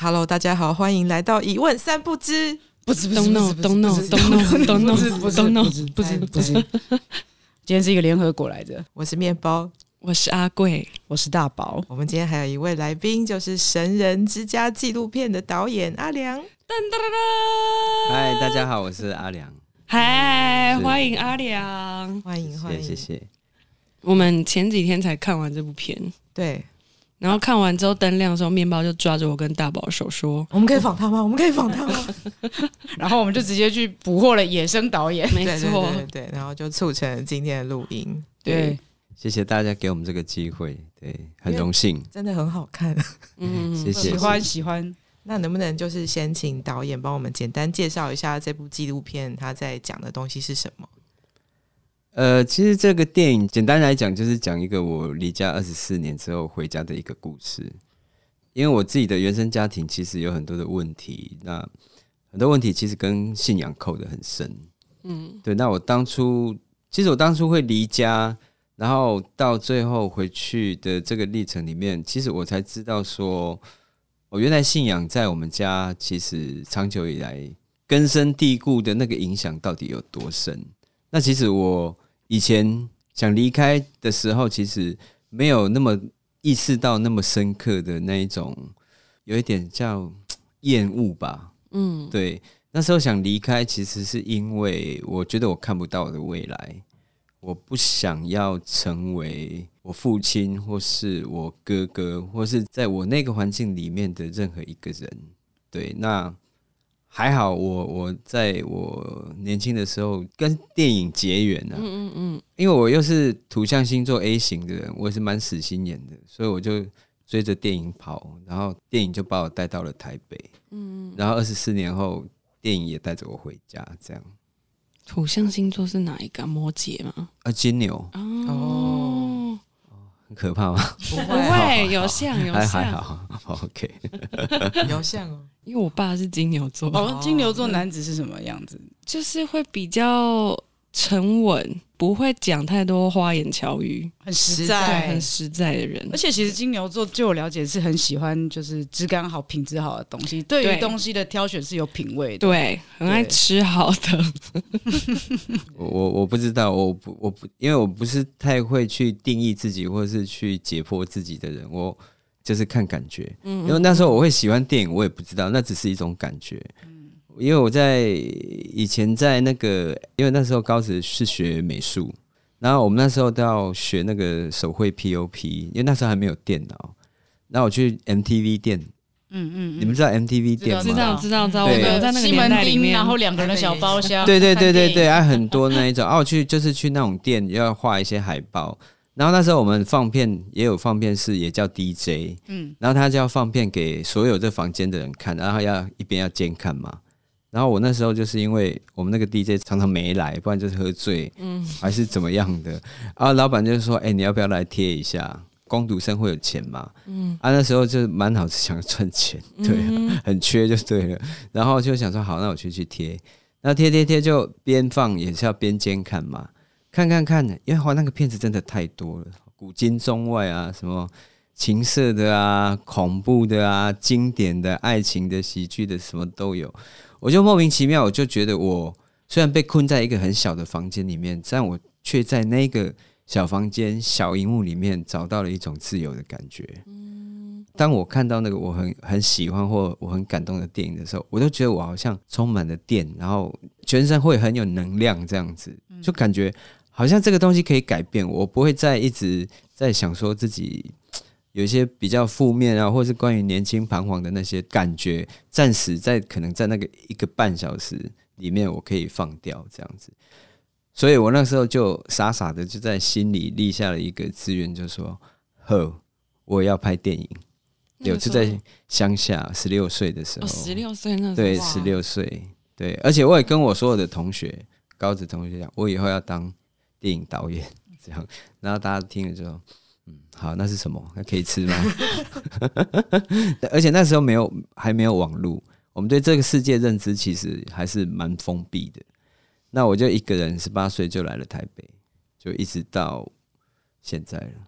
Hello， 大家好，欢迎来到疑问三不知。 不是，今天是一个联合国来着。 我是面包， 我是阿贵， 我是大宝。 我们今天还有一位来宾，就是《神人之家》纪录片的导演阿良。 嗨，大家好，我是阿良。 嗨，欢迎阿良， 欢迎欢迎， 谢谢。 我们前几天才看完这部片， 对。 然后看完之后灯亮的时候，面包就抓着我跟大宝的手说：“ 我们可以访他吗？我们可以访他吗？” 然后我们就直接去捕获了野生导演， 没错， 对，然后就促成了今天的录音。 对， 谢谢大家给我们这个机会，对，很荣幸， 真的很好看。 谢谢， 喜欢。 那能不能就是先请导演帮我们简单介绍一下这部纪录片他在讲的东西是什么？ 其实这个电影简单来讲就是讲一个我离家24年之后回家的一个故事。因为我自己的原生家庭其实有很多的问题，那很多问题其实跟信仰扣得很深。对，那我当初会离家，然后到最后回去的这个历程里面，其实我才知道说，原来信仰在我们家其实长久以来根深蒂固的那个影响到底有多深。那其实我以前想离开的时候，其实没有那么意识到那么深刻的那一种，有一点叫厌恶吧。对，那时候想离开，其实是因为我觉得我看不到我的未来，我不想要成为我父亲或是我哥哥，或是在我那个环境里面的任何一个人。对，那还好我在我年轻的时候跟电影结缘啊。因为我又是土象星座 A 型的人，我也是蛮死心眼的，所以我就追着电影跑，然后电影就把我带到了台北。然后24年后电影也带着我回家，这样。 土象星座是哪一个？摩羯吗？ 金牛。 哦， 很可怕吗？ 不会，有像还好 OK 有像哦。 因为我爸是金牛座。 金牛座男子是什么样子？ 就是会比较沉稳，不会讲太多花言巧语， 很实在， 很实在的人。 而且其实金牛座据我了解是很喜欢就是质感好品质好的东西，对于东西的挑选是有品味的。 对，很爱吃好的。 我不知道，我不因为我不是太会去定义自己或是去解剖自己的人，我就是看感觉。因为那时候我会喜欢电影，我也不知道，那只是一种感觉。因为我在以前在那个，因为那时候高职是学美术，然后我们那时候都要学那个手绘 POP， 因为那时候还没有电脑。然后我去 MTV 店，你们知道 MTV 店吗？ 知道，我们有在那个年代里面， 然后2个人的小包厢， 对，很多那一种。我就是去那种店要画一些海报。然后那时候我们放片也有放片室，也叫 DJ，然后他就要放片给所有这房间的人看，然后要一边要监看嘛。然后我那时候就是因为我们那个 DJ 常常没来，不然就是喝醉，还是怎么样的。然后老板就说：“你要不要来贴一下？工读生会有钱嘛？”那时候就满脑子想赚钱，对，很缺就对了。然后就想说好，那我去贴。那贴就边放也是要边监看嘛。看，因为那个片子真的太多了，古今中外啊，什么情色的啊、恐怖的啊、经典的、爱情的、喜剧的，什么都有。我就莫名其妙，我就觉得我虽然被困在一个很小的房间里面，但我却在那个小房间、小萤幕里面找到了一种自由的感觉。当我看到那个我很喜欢或我很感动的电影的时候，我都觉得我好像充满了电，然后全身会很有能量，这样子，就感觉好像这个东西可以改变我，不会再一直在想说自己有一些比较负面啊，或是关于年轻彷徨的那些感觉，暂时可能在那个1个半小时里面，我可以放掉这样子。所以我那时候就傻傻的就在心里立下了一个志愿，就说：我也要拍电影。有就在乡下16岁的时候 ，16岁那时候， 对，16岁，对，而且我也跟我所有的同学，高职同学讲，我以后要当电影导演，这样，然后大家听了之后，好，那是什么？那可以吃吗？而且那时候还没有网络，我们对这个世界认知其实还是蛮封闭的。那我就一个人18岁就来了台北，就一直到现在了。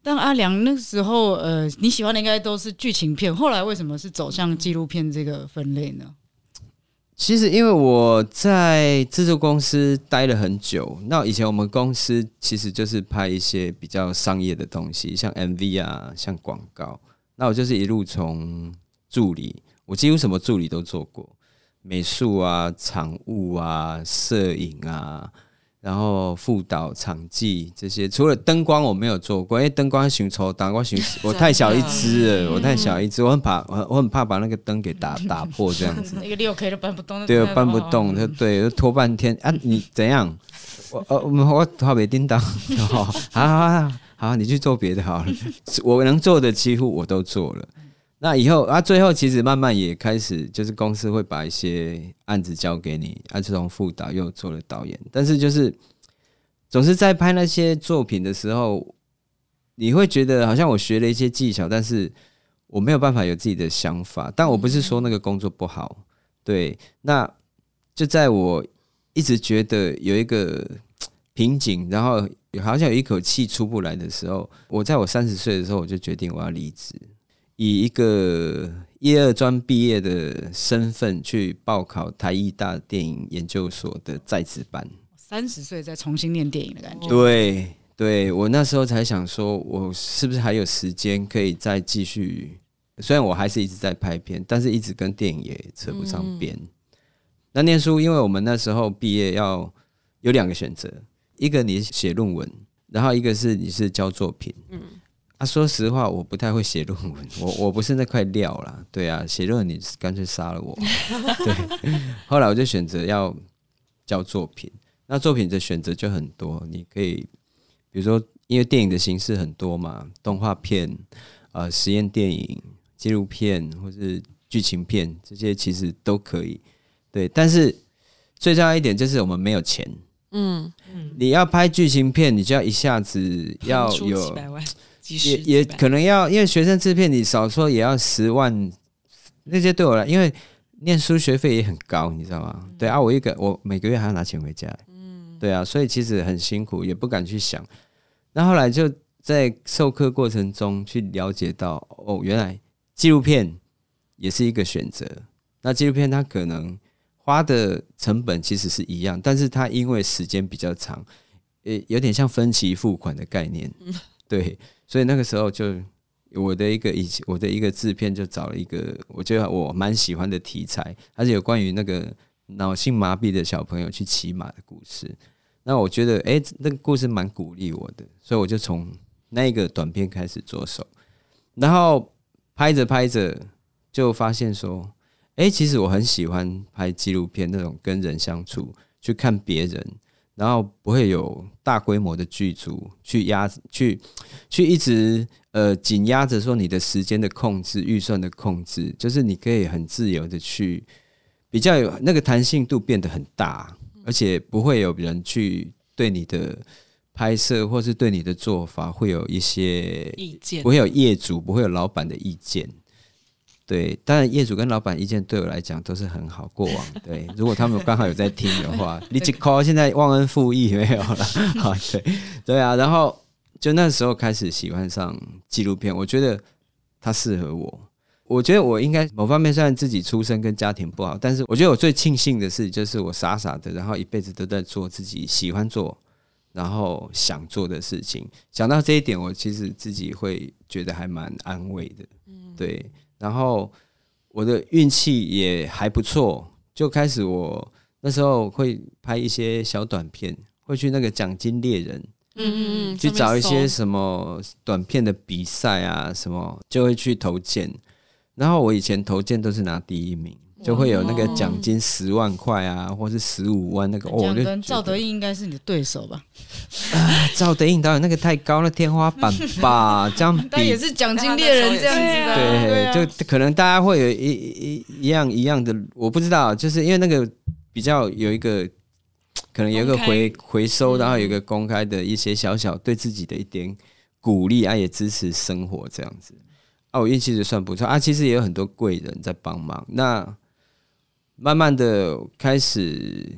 但阿良那时候，你喜欢的应该都是剧情片，后来为什么是走向纪录片这个分类呢？ 其实因为我在制作公司待了很久，那以前我们公司其实就是拍一些比较商业的东西，像 MV 啊，像广告。那我就是一路从助理，我几乎什么助理都做过，美术啊、场务啊、摄影啊。然后副导、场记这些，除了灯光我没有做过，因为灯光太抽打，我太小一只了，我太小一只，我很怕把那个灯给打破这样子。 那个6K 都搬不动， 对，搬不动，对，拖半天啊！你怎样？我话没叮当，好，你去做别的好了。我能做的几乎我都做了。那以后最后其实慢慢也开始，就是公司会把一些案子交给你，从副导又做了导演，但是就是总是在拍那些作品的时候，你会觉得好像我学了一些技巧，但是我没有办法有自己的想法。但我不是说那个工作不好，对，那就在我一直觉得有一个瓶颈，然后好像有一口气出不来的时候，我在我30岁的时候，我就决定我要离职。以一个1、2专毕业的身份去报考台艺大电影研究所的在职班 ，30岁再重新念电影的感觉。 对，我那时候才想说，我是不是还有时间可以再继续？虽然我还是一直在拍片，但是一直跟电影也扯不上边。那念书，因为我们那时候毕业要有2个选择，一个你写论文，然后一个是你是交作品。说实话，我不太会写论文，我不是那块料啦。对啊，写论文你干脆杀了我。对，后来我就选择要交作品。那作品的选择就很多，你可以，比如说，因为电影的形式很多嘛，动画片、实验电影、纪录片或是剧情片，这些其实都可以。对，但是最重要一点就是我们没有钱。你要拍剧情片，你就要一下子要有几百万。 也可能要，因为学生制片你少说也要10万，那些对我来，因为念书学费也很高，你知道吗？对啊，我每个月还要拿钱回家，对啊，所以其实很辛苦，也不敢去想。那后来就在授课过程中去了解到，原来纪录片也是一个选择。那纪录片它可能花的成本其实是一样，但是它因为时间比较长，有点像分期付款的概念，对。所以那个时候就我的一个制片就找了一个我觉得我蛮喜欢的题材，它是有关于那个脑性麻痹的小朋友去骑马的故事。那我觉得那个故事蛮鼓励我的，所以我就从那个短片开始着手，然后拍着拍着就发现说，其实我很喜欢拍纪录片，那种跟人相处，去看别人。然后不会有大规模的剧组去一直紧压着说你的时间的控制、预算的控制，就是你可以很自由的去比较有那个弹性度变得很大，而且不会有人去对你的拍摄或是对你的做法会有一些意见， 不会有业主，不会有老板的意见。对，当然业主跟老板意见对我来讲都是很好过往。对，如果他们刚好有在听的话，你一 call 现在忘恩负义没有了。好，对啊，然后就那时候开始喜欢上纪录片，我觉得它适合我。我觉得我应该某方面虽然自己出身跟家庭不好，但是我觉得我最庆幸的是，就是我傻傻的，然后一辈子都在做自己喜欢做，然后想做的事情。想到这一点，我其实自己会觉得还蛮安慰的。对。然后我的运气也还不错，就开始我那时候会拍一些小短片，会去那个奖金猎人，去找一些什么短片的比赛啊，什么就会去投件。然后我以前投件都是拿第1名，就会有那个奖金10万块啊，或是15万那个。 这样跟赵德胤应该是你的对手吧？ 赵德胤导演那个太高了，天花板吧？这样比但也是奖金猎人这样子的， 对，就可能大家会有一样的，我不知道，就是因为那个比较有一个可能有一个回收，然后有一个公开的一些小小对自己的一点鼓励啊，也支持生活这样子。我运气就算不错啊，其实也有很多贵人在帮忙。那慢慢的开始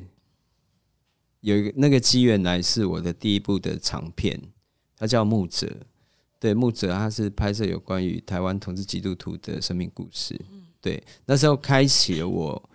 有一个那个机缘来，是我的第一部的长片，它叫《牧者》。 对，牧者他是拍摄有关于台湾同志基督徒的生命故事。对，那时候开启了我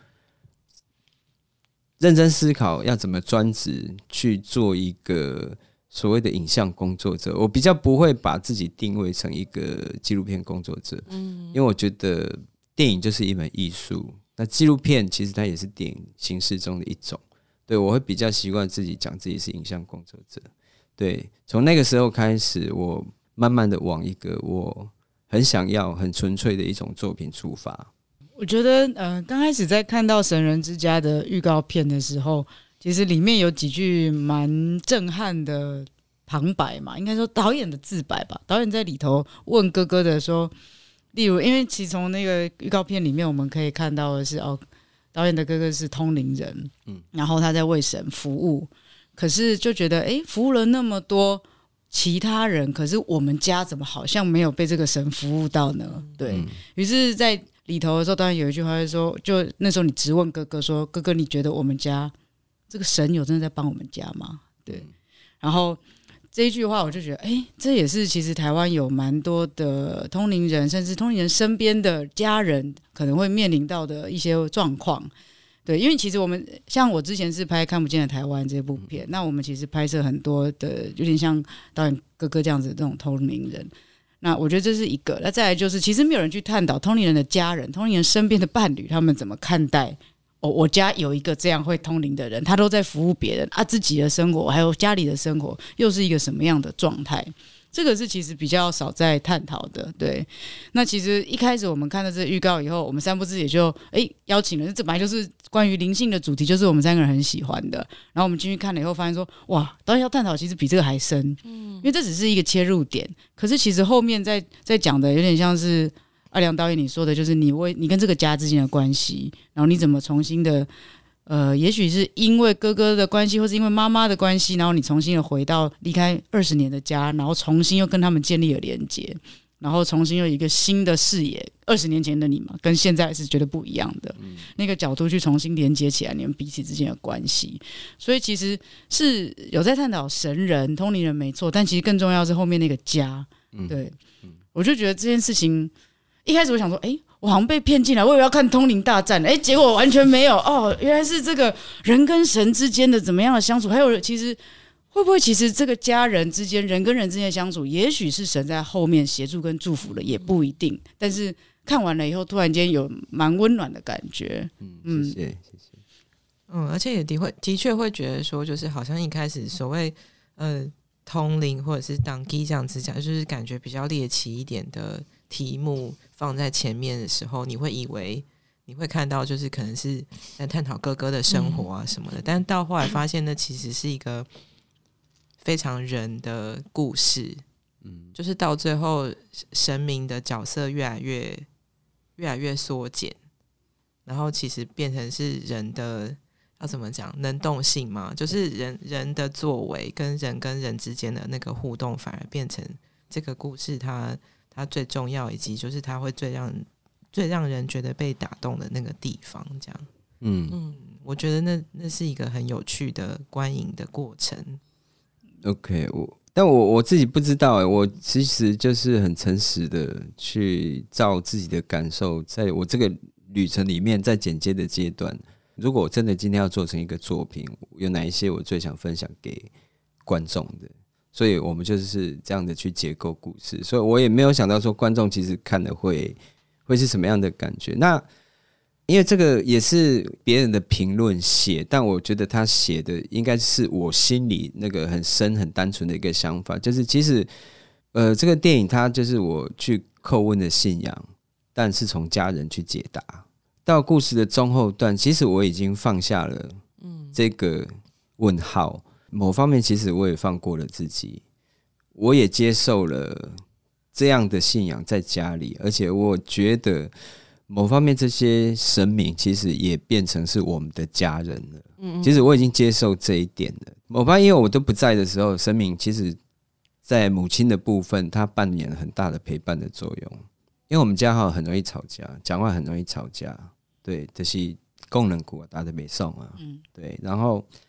认真思考要怎么专职去做一个所谓的影像工作者。我比较不会把自己定位成一个纪录片工作者，因为我觉得电影就是一门艺术，那纪录片其实它也是电影形式中的一种。对，我会比较习惯自己讲自己是影像工作者。对，从那个时候开始，我慢慢的往一个我很想要、很纯粹的一种作品出发。 我觉得刚开始在看到《神人之家》的预告片的时候，其实里面有几句蛮震撼的旁白嘛，应该说导演的自白吧。导演在里头问哥哥的说，例如，因为其实从那个预告片里面我们可以看到的是，导演的哥哥是通灵人，然后他在为神服务，可是就觉得服务了那么多其他人，可是我们家怎么好像没有被这个神服务到呢？对，于是在里头的时候，当然有一句话是说，就那时候你质问哥哥说，哥哥你觉得我们家这个神有真的在帮我们家吗？对，然后这一句话我就觉得这也是其实台湾有蛮多的通灵人，甚至通灵人身边的家人可能会面临到的一些状况。对，因为其实我们像我之前是拍《看不见的台湾》这部片，那我们其实拍摄很多的有点像导演哥哥这样子的这种通灵人，那我觉得这是一个。那再来就是其实没有人去探讨通灵人的家人、通灵人身边的伴侣他们怎么看待我家有一个这样会通灵的人，他都在服务别人啊，自己的生活还有家里的生活又是一个什么样的状态，这个是其实比较少在探讨的。对，那其实一开始我们看到这个预告以后，我们三不知也就邀请了，这本来就是关于灵性的主题，就是我们三个人很喜欢的，然后我们进去看了以后发现说，哇，导演要探讨其实比这个还深，因为这只是一个切入点，可是其实后面在讲的有点像是阿良导演你说的，就是你跟这个家之间的关系，然后你怎么重新的也许是因为哥哥的关系，或是因为妈妈的关系，然后你重新的回到离开20年的家，然后重新又跟他们建立了连结，然后重新又一个新的视野，20年前的你嘛，跟现在是绝对不一样的，那个角度去重新连接起来你们彼此之间的关系。所以其实是有在探讨神人、通灵人没错，但其实更重要是后面那个家。对，我就觉得这件事情一开始我想说，我好像被骗进来，我以为要看通灵大战，结果完全没有哦，原来是这个人跟神之间的怎么样的相处，还有其实会不会其实这个家人之间人跟人之间的相处，也许是神在后面协助跟祝福了，也不一定。但是看完了以后，突然间有蛮温暖的感觉。 谢谢谢谢。 而且也的确会觉得说，就是好像一开始所谓通灵或者是当机这样子讲，就是感觉比较猎奇一点的题目放在前面的时候，你会以为你会看到就是可能是在探讨哥哥的生活啊什么的，但到后来发现呢，其实是一个非常人的故事。就是到最后神明的角色越来越缩减，然后其实变成是人的要怎么讲能动性嘛，就是人的作为跟人之间的那个互动，反而变成这个故事它最重要，以及就是它会最让人觉得被打动的那个地方，这样。我觉得那是一个很有趣的观影的过程。 OK， 但我自己不知道我其实就是很诚实的去照自己的感受，在我这个旅程里面，在剪接的阶段，如果我真的今天要做成一个作品，有哪一些我最想分享给观众的，所以我们就是这样的去结构故事，所以我也没有想到说观众其实看了会是什么样的感觉。那因为这个也是别人的评论写，但我觉得他写的应该是我心里那个很深很单纯的一个想法，就是其实这个电影它就是我去叩问的信仰，但是从家人去解答。到故事的中后段，其实我已经放下了这个问号，某方面其实我也放过了自己，我也接受了这样的信仰在家里，而且我觉得某方面这些神明其实也变成是我们的家人了。其实我已经接受这一点了。某方面因为我都不在的时候，神明其实在母亲的部分他扮演了很大的陪伴的作用。因为我们家很容易吵架，讲话很容易吵架，对，就是功能股打得没送啊，对，然后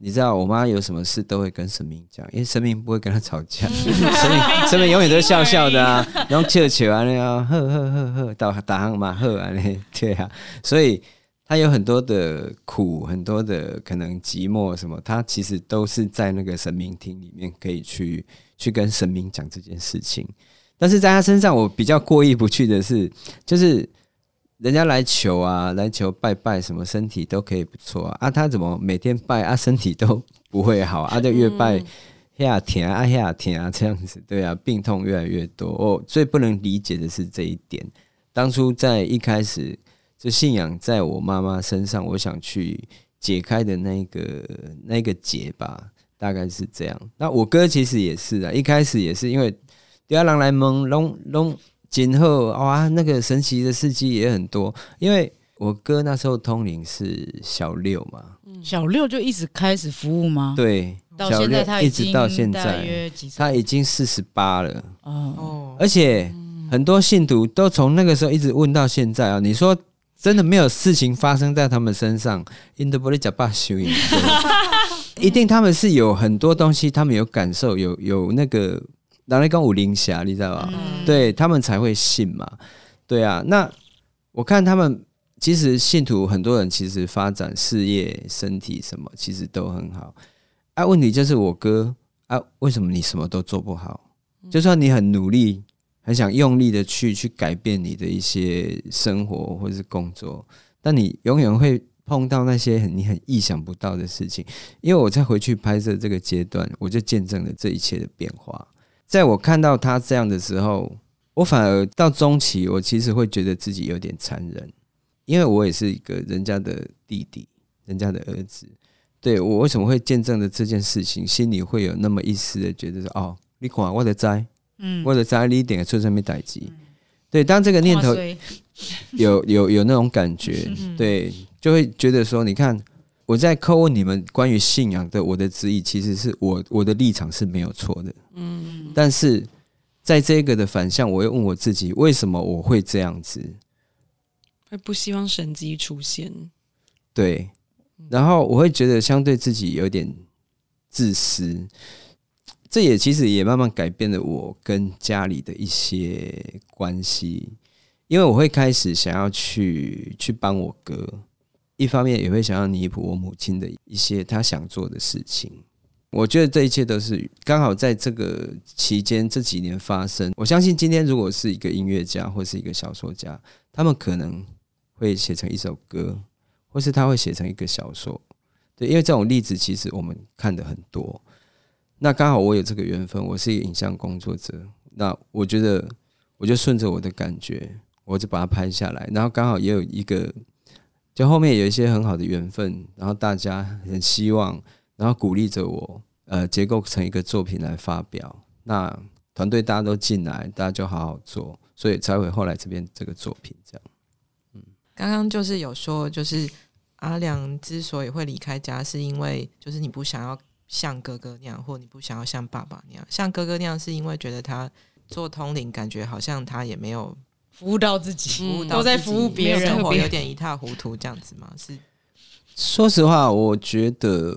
你知道我妈有什么事都会跟神明讲，因为神明不会跟她吵架，神明永远都笑笑的啊，然后笑啊那样，呵呵呵呵，打行嘛呵啊那，对啊，所以他有很多的苦，很多的可能寂寞什么，他其实都是在那个神明厅里面可以去跟神明讲这件事情。但是在他身上，我比较过意不去的是，就是人家来求啊，来求拜拜，什么身体都可以不错啊，他怎么每天拜啊，身体都不会好啊，就越拜下疼啊下疼啊这样子，对啊，病痛越来越多。我最不能理解的是这一点。当初在一开始，就信仰在我妈妈身上，我想去解开的那个结吧，大概是这样。那我哥其实也是啊，一开始也是因为第二人来问，拢真好哇，那个神奇的事迹也很多。因为我哥那时候通灵是小6嘛， 小6就一直开始服务吗？ 对， 到现在他一直到现在，他已经48了哦，而且很多信徒都从那个时候一直问到现在啊。你说真的没有事情发生在他们身上，因都不会假把修营，一定他们是有很多东西，他们有感受，有那个。人家讲有灵侠，你知道吧？对，他们才会信嘛。对啊，那我看他们其实信徒很多人其实发展事业、身体什么其实都很好啊。问题就是我哥啊，为什么你什么都做不好？就算你很努力、很想用力的去改变你的一些生活或者是工作，但你永远会碰到那些你很意想不到的事情。因为我在回去拍摄这个阶段，我就见证了这一切的变化。在我看到他这样的时候，我反而到中期，我其实会觉得自己有点残忍，因为我也是一个人家的弟弟，人家的儿子。对，我为什么会见证了这件事情，心里会有那么一丝的觉得说，哦，你看我的知，我的知你一点出什么代志。对，当这个念头有那种感觉，对，就会觉得说，你看我在叩问你们关于信仰的我的质疑，其实是我的立场是没有错的，但是在这个的反向，我会问我自己，为什么我会这样子？ 会不希望神迹出现， 对，然后我会觉得相对自己有点自私，这也其实也慢慢改变了我跟家里的一些关系，因为我会开始想要去帮我哥。一方面也会想要弥补我母亲的一些她想做的事情。我觉得这一切都是刚好在这个期间这几年发生。我相信今天如果是一个音乐家或是一个小说家，他们可能会写成一首歌，或是他会写成一个小说。对，因为这种例子其实我们看的很多。那刚好我有这个缘分，我是一个影像工作者，那我觉得我就顺着我的感觉，我就把它拍下来，然后刚好也有一个就后面有一些很好的缘分，然后大家很希望，然后鼓励着我，结构成一个作品来发表。那团队大家都进来，大家就好好做，所以才会后来这边这个作品这样。 刚刚就是有说，就是阿良之所以会离开家，是因为就是你不想要像哥哥那样，或你不想要像爸爸那样。像哥哥那样，是因为觉得他做通灵，感觉好像他也没有服务到自己， 都在服务别人， 生活有点一塌糊涂这样子吗？是。 说实话，我觉得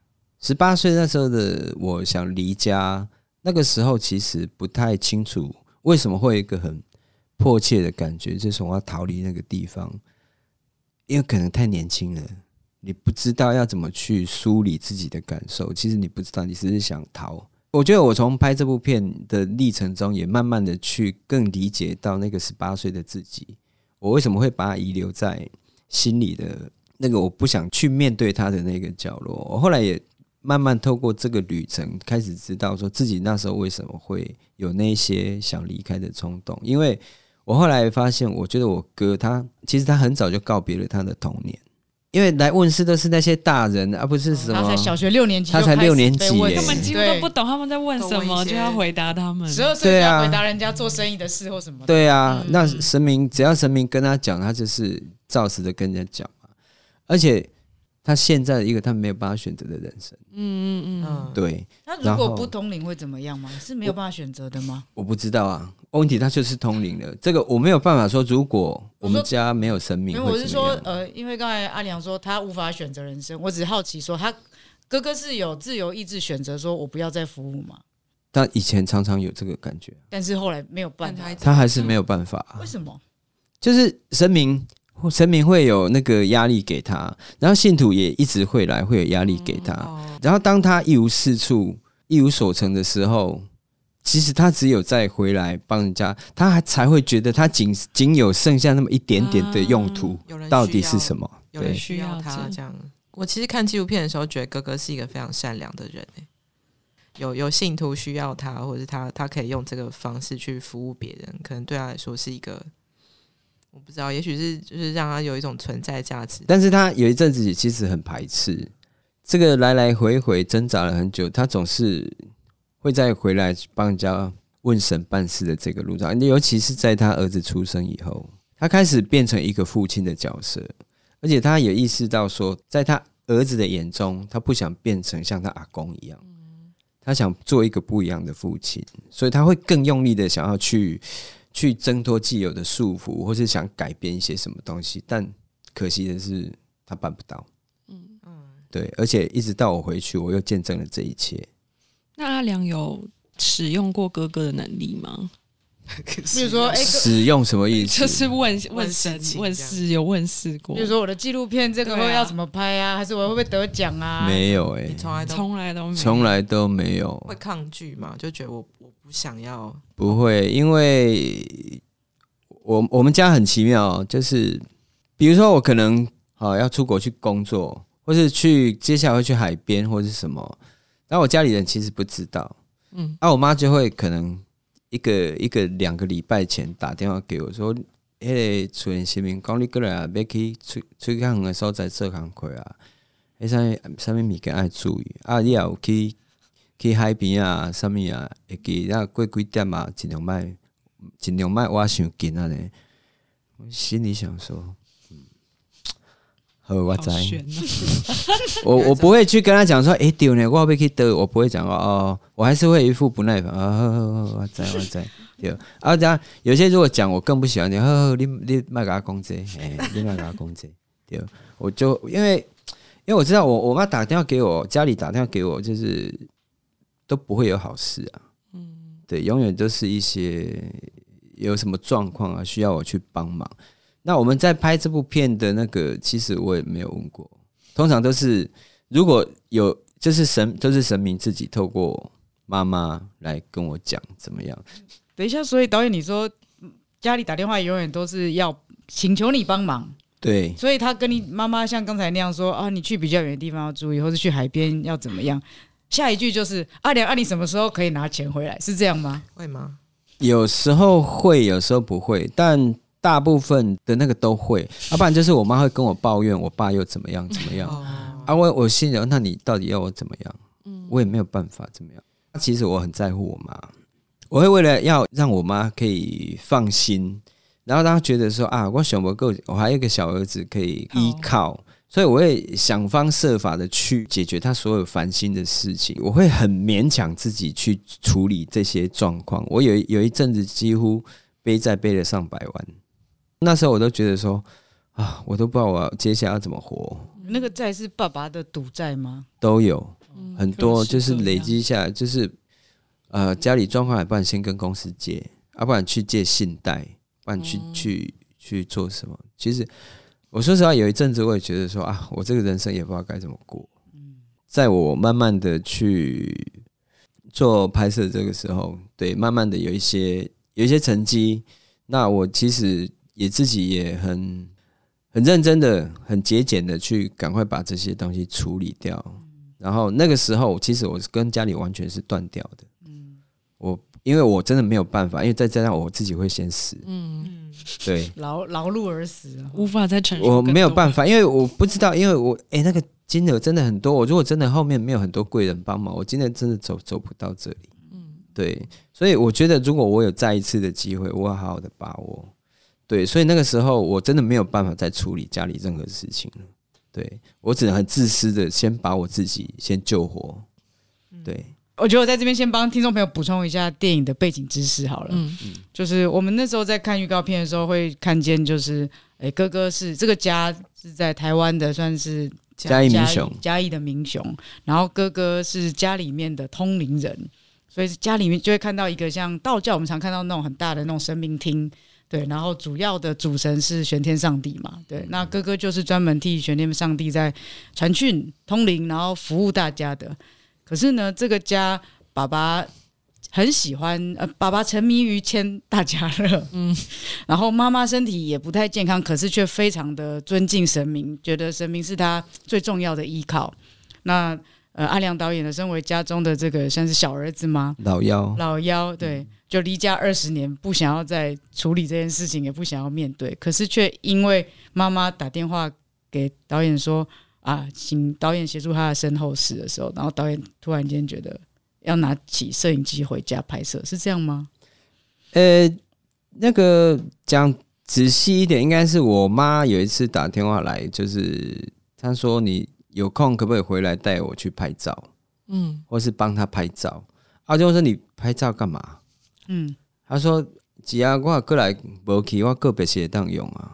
18岁那时候的我想离家，那个时候其实不太清楚为什么会有一个很迫切的感觉，就是我要逃离那个地方，因为可能太年轻了，你不知道要怎么去梳理自己的感受。其实你不知道，你只是想逃。我觉得我从拍这部片的历程中，也慢慢的去更理解到那个18岁的自己，我为什么会把它遗留在心里的那个我不想去面对它的那个角落。我后来也慢慢透过这个旅程，开始知道说自己那时候为什么会有那些想离开的冲动。因为我后来发现，我觉得我哥其实他很早就告别了他的童年。因为来问世都是那些大人，而不是什么。 他才小学6年级， 他才6年级耶， 他们几乎都不懂他们在问什么，就要回答他们。 12岁就要回答人家做生意的事或什么的。 对啊，那神明只要神明跟他讲，他就是照实的跟人家讲嘛。而且他现在的一个他没有办法选择的人生。对。 他如果不通灵会怎么样吗？是没有办法选择的吗？ 我不知道啊。问题他就是通灵了，这个我没有办法说。如果我们家没有神明， 我是说，因为刚才阿良说他无法选择人生，我只是好奇说他哥哥是有自由意志选择说我不要再服务嘛？ 但以前常常有这个感觉， 但是后来没有办法， 他还是没有办法。 为什么？ 就是神明会有那个压力给他，然后信徒也一直会来，会有压力给他。然后当他一无是处、一无所成的时候，其实他只有再回来帮人家，他才会觉得他仅有剩下那么一点点的用途，到底是什么？ 有人需要他这样。我其实看纪录片的时候，觉得哥哥是一个非常善良的人。有信徒需要他，或者是他可以用这个方式去服务别人，可能对他来说是一个，我不知道，也许是就是让他有一种存在价值。 但是他有一阵子其实很排斥这个，来来回回挣扎了很久，他总是会再回来帮人家问神办事的这个路上，尤其是在他儿子出生以后，他开始变成一个父亲的角色，而且他也意识到说，在他儿子的眼中，他不想变成像他阿公一样。他想做一个不一样的父亲，所以他会更用力的想要去挣脱既有的束缚，或是想改变一些什么东西，但可惜的是他办不到。对，而且一直到我回去，我又见证了这一切。 那阿良有使用过哥哥的能力吗？ 比如说， 使用什么意思？ 就是问神问事，有问事过。 比如说我的纪录片这个要怎么拍啊？还是我会不会得奖啊？ 没有从来都没有。 会抗拒吗？就觉得我不想要。 不会，因为我们家很奇妙，就是比如说我可能要出国去工作，或是接下来会去海边或是什么，然后我家里人其实不知道。我妈就会可能一个2个礼拜前打电话给我说，迄个出现新闻讲你过来要去出远的所在做工课啊，啥物物件爱注意啊，你也有去海边啊，啥物啊，会记那过几点啊，尽量莫挖伤近啊呢。我心里想说，好，我知。我不会去跟他讲说，对呢，我要去倒，我不会讲我还是会一副不耐烦。我知。对，这样有些如果讲，我更不喜欢你。你莫给他讲这，你莫给他讲这。对，我就因为我知道我妈打电话给我，家里打电话给我，就是都不会有好事啊。对，永远都是一些有什么状况啊，需要我去帮忙。那我们在拍这部片的那个，其实我也没有问过，通常都是如果有，都是神明自己透过妈妈来跟我讲怎么样。 等一下，所以导演你说家里打电话永远都是要请求你帮忙， 对， 所以他跟你妈妈像刚才那样说啊，你去比较远的地方要注意，或是去海边要怎么样。下一句就是阿良，你什么时候可以拿钱回来？是这样吗？ 会吗？有时候会，有时候不会，但大部分的那个都会，不然就是我妈会跟我抱怨我爸又怎么样，我心里那你到底要我怎么样？我也没有办法怎么样。其实我很在乎我妈，我会为了要让我妈可以放心，然后让她觉得说我想不够，我还有一个小儿子可以依靠，所以我会想方设法的去解决他所有烦心的事情，我会很勉强自己去处理这些状况。我有一阵子几乎背债背了上百万，那时候我都觉得说我都不知道我接下来要怎么活。 那个债是爸爸的赌债吗？ 都有很多，就是累积下来，就是家里状况还不然先跟公司借，不然去借信贷，不然去做什么。其实我说实话，有一阵子我也觉得说我这个人生也不知道该怎么过。在我慢慢的去做拍摄这个时候，对，慢慢的有一些成绩，那我其实自己也很认真的、很节俭的去赶快把这些东西处理掉。然后那个时候，其实我跟家里完全是断掉的。因为我真的没有办法，因为再加上我自己会先死。对， 劳碌而死， 无法再承受。 我没有办法，因为我不知道，因为我那个金额真的很多。我如果真的后面没有很多贵人帮忙，我今天真的走不到这里。对，所以我觉得如果我有再一次的机会，我要好好的把握。对，所以那个时候我真的没有办法再处理家里任何事情了。对，我只能很自私的先把我自己先救活。对， 我觉得我在这边先帮听众朋友补充一下电影的背景知识好了。就是我们那时候在看预告片的时候会看见，就是哥哥是这个家是在台湾的，算是嘉义民雄， 嘉义的民雄，然后哥哥是家里面的通灵人，所以家里面就会看到一个像道教我们常看到那种很大的那种神明厅，对，然后主要的主神是玄天上帝嘛，对，那哥哥就是专门替玄天上帝在传讯通灵，然后服务大家的。可是呢，这个家爸爸很喜欢，爸爸沉迷于签大家乐，然后妈妈身体也不太健康，可是却非常的尊敬神明，觉得神明是他最重要的依靠。那阿良导演的身为家中的这个像是小儿子吗？老幺，对，就离家20年，不想要再处理这件事情，也不想要面对，可是却因为妈妈打电话给导演说啊，请导演协助他的身后事的时候，然后导演突然间觉得要拿起摄影机回家拍摄，是这样吗？ 那个讲仔细一点，应该是我妈有一次打电话来，就是她说你有空可不可以回来带我去拍照？或是帮她拍照。就说你拍照干嘛？她说只要我过来没去，我个别是当用啊。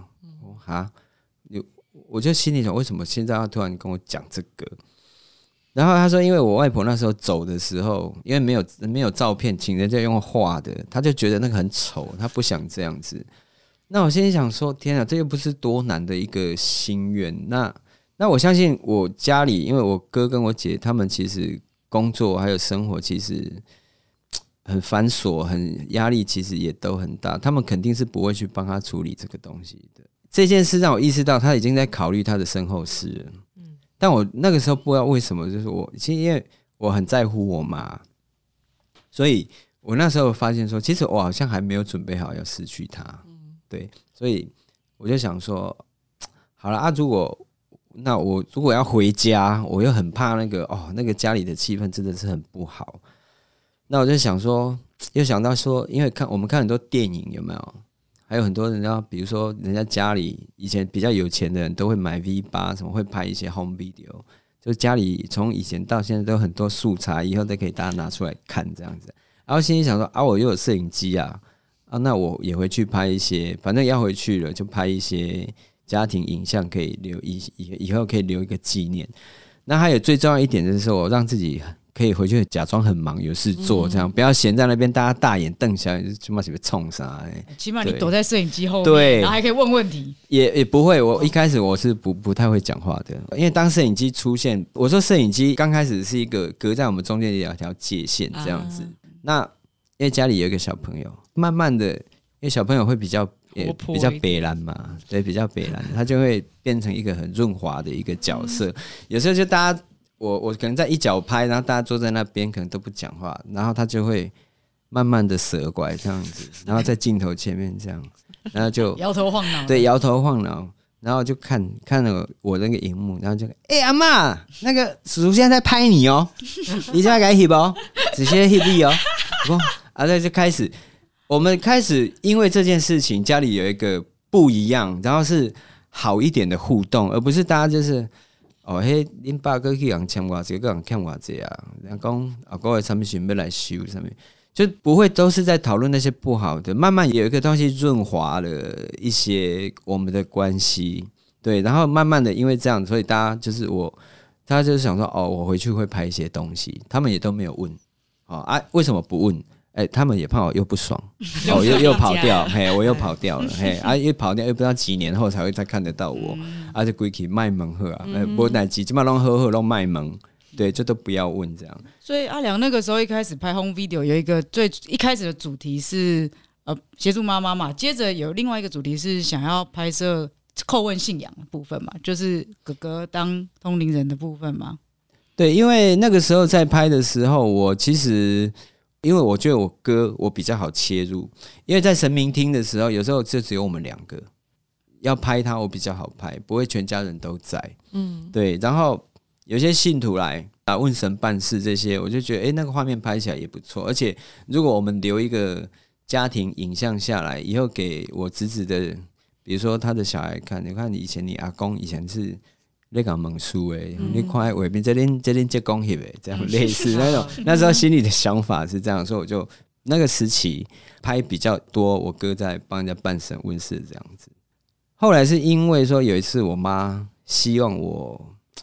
我就心里想，为什么现在要突然跟我讲这个？然后他说，因为我外婆那时候走的时候，因为没有照片，请人家用画的，他就觉得那个很丑，他不想这样子。那我心里想说，天啊，这又不是多难的一个心愿。那我相信我家里，因为我哥跟我姐他们其实工作还有生活其实很繁琐，很压力，其实也都很大，他们肯定是不会去帮他处理这个东西的。这件事让我意识到，他已经在考虑他的身后事了。但我那个时候不知道为什么，就是其实因为我很在乎我妈，所以我那时候发现说，其实我好像还没有准备好要失去她。对，所以我就想说，好了我如果要回家，我又很怕那个家里的气氛真的是很不好。那我就想说，又想到说，因为我们看很多电影有没有？还有很多人家，比如说人家家里以前比较有钱的人都会买 V8， 什么会拍一些 home video， 就家里从以前到现在都有很多素材，以后都可以大家拿出来看这样子。然后心里想说我又有摄影机那我也会去拍一些，反正要回去了就拍一些家庭影像，可以留以后可以留一个纪念。那还有最重要一点就是我让自己可以回去假装很忙有事做，这样不要闲在那边大家大眼瞪小眼，起码是被冲啥起码你躲在摄影机后面， 对， 然后还可以问问题。 也不会，我一开始我是不太会讲话的，因为当摄影机出现，我说摄影机刚开始是一个隔在我们中间的两条界限这样子。那因为家里有一个小朋友，慢慢的，因为小朋友会比较北蓝嘛，对，比较北蓝，他就会变成一个很润滑的一个角色。有时候就大家。我可能在一角拍，然后大家坐在那边可能都不讲话，然后他就会慢慢的折过来这样子，然后在镜头前面这样，然后就摇头晃脑， 对，摇头晃脑，然后就看了我那个荧幕，然后就阿嬷，那个叔叔现在在拍你哦，你现在该 hit 哦，直接 hit 你哦，那就开始，我们开始因为这件事情家里有一个不一样，然后是好一点的互动，而不是大家就是恁爸哥去人欠我这个人欠我这人讲我的产品要来修什么，就不会都是在讨论那些不好的，慢慢有一个东西润滑了一些我们的关系，对，然后慢慢的因为这样，所以大家就是想说我回去会拍一些东西，他们也都没有问为什么不问？他们也怕我又不爽，又跑掉，我又跑掉了，又跑掉，又不知道几年后才会再看得到我，就规矩卖萌呵没代志，基本上都好都卖萌，对，就都不要问这样。 所以阿良那个时候一开始拍 home video 有一个最一开始的主题是协助妈妈嘛，接着有另外一个主题是想要拍摄叩问信仰的部分嘛，就是哥哥当通灵人的部分嘛。 对，因为那个时候在拍的时候，我其实。因为我觉得我哥我比较好切入，因为在神明厅的时候，有时候就只有我们两个要拍他，我比较好拍，不会全家人都在。对。然后有些信徒来问神办事这些，我就觉得那个画面拍起来也不错。而且如果我们留一个家庭影像下来，以后给我侄子的，比如说他的小孩看，你看以前你阿公以前是。在讲问书你看画面这边这公翕这样类似那种，那时候心里的想法是这样，所以我就那个时期拍比较多，我哥在帮人家办神问事这样子。后来是因为说有一次我妈希望我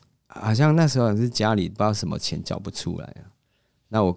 好像那时候是家里不知道什么钱缴不出来啊。那我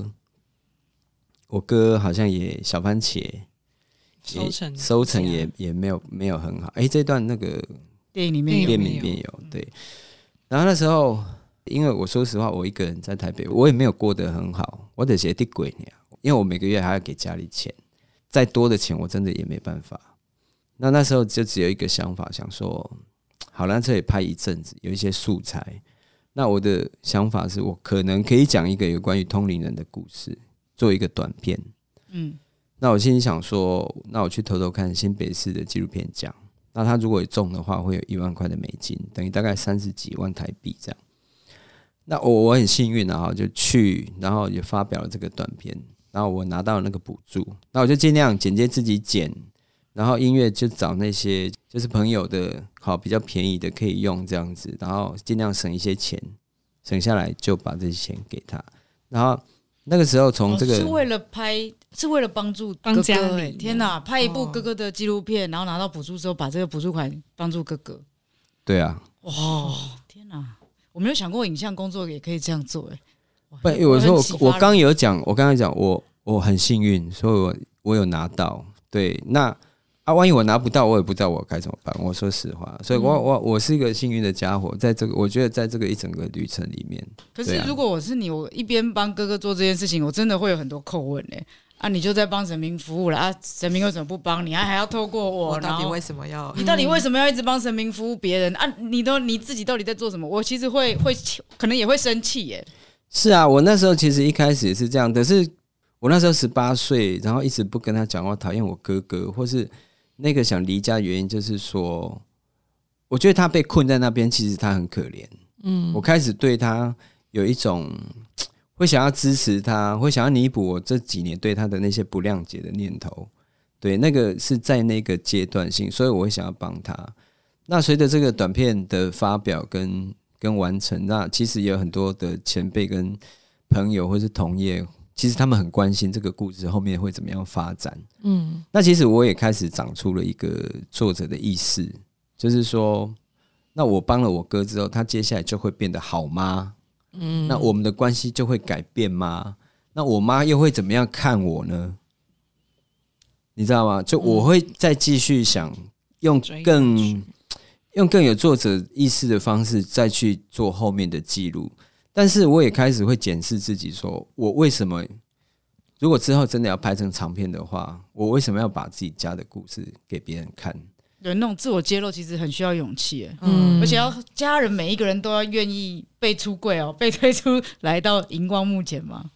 哥好像也小番茄收成也没有很好。这段那个电影里面有对。然后那时候，因为我说实话，我一个人在台北，我也没有过得很好，我得写地鬼呢，因为我每个月还要给家里钱，再多的钱我真的也没办法。那时候就只有一个想法，想说，好了，这里拍一阵子，有一些素材。那我的想法是我可能可以讲一个有关于通灵人的故事，做一个短片。那我心里想说，那我去偷偷看新北市的纪录片奖，那他如果有中的话，会有1万块的美金，等于大概30几万台币这样。那我很幸运，然后就去，然后也发表了这个短片，然后我拿到了那个补助，那我就尽量剪接自己剪，然后音乐就找那些就是朋友的好比较便宜的可以用这样子，然后尽量省一些钱，省下来就把这些钱给他。然后那个时候从这个、 是为了拍，是为了帮助哥哥天哪！拍一部哥哥的纪录片，然后拿到补助之后，把这个补助款帮助哥哥。 对啊， 哇，天哪！我没有想过影像工作也可以这样做不，我说我刚刚有讲，我很幸运，所以我有拿到。对，那万一我拿不到，我也不知道我该怎么办。我说实话，所以我是一个幸运的家伙，在这个我觉得在这个一整个旅程里面。 可是如果我是你，我一边帮哥哥做这件事情，我真的会有很多扣问你就在帮神明服务了神明为什么不帮你？还要透过我到底为什么要？ 你到底为什么要一直帮神明服务别人你自己到底在做什么？我其实会可能也会生气耶。 是啊，我那时候其实一开始也是这样，可是我那时候18岁，然后一直不跟他讲话，讨厌我哥哥，或是那个想离家的原因，就是说，我觉得他被困在那边，其实他很可怜。我开始对他有一种会想要支持他，会想要弥补我这几年对他的那些不谅解的念头。对，那个是在那个阶段性，所以我会想要帮他。那随着这个短片的发表跟完成，那其实也有很多的前辈跟朋友或是同业，其实他们很关心这个故事后面会怎么样发展。那其实我也开始长出了一个作者的意识，就是说，那我帮了我哥之后，他接下来就会变得好吗？那我们的关系就会改变吗？那我妈又会怎么样看我呢？你知道吗？就我会再继续想用更有作者意识的方式再去做后面的记录，但是我也开始会检视自己，说我为什么如果之后真的要拍成长片的话，我为什么要把自己家的故事给别人看？ 对，那种自我揭露其实很需要勇气而且要家人每一个人都要愿意被出柜被推出来到荧光幕前吗？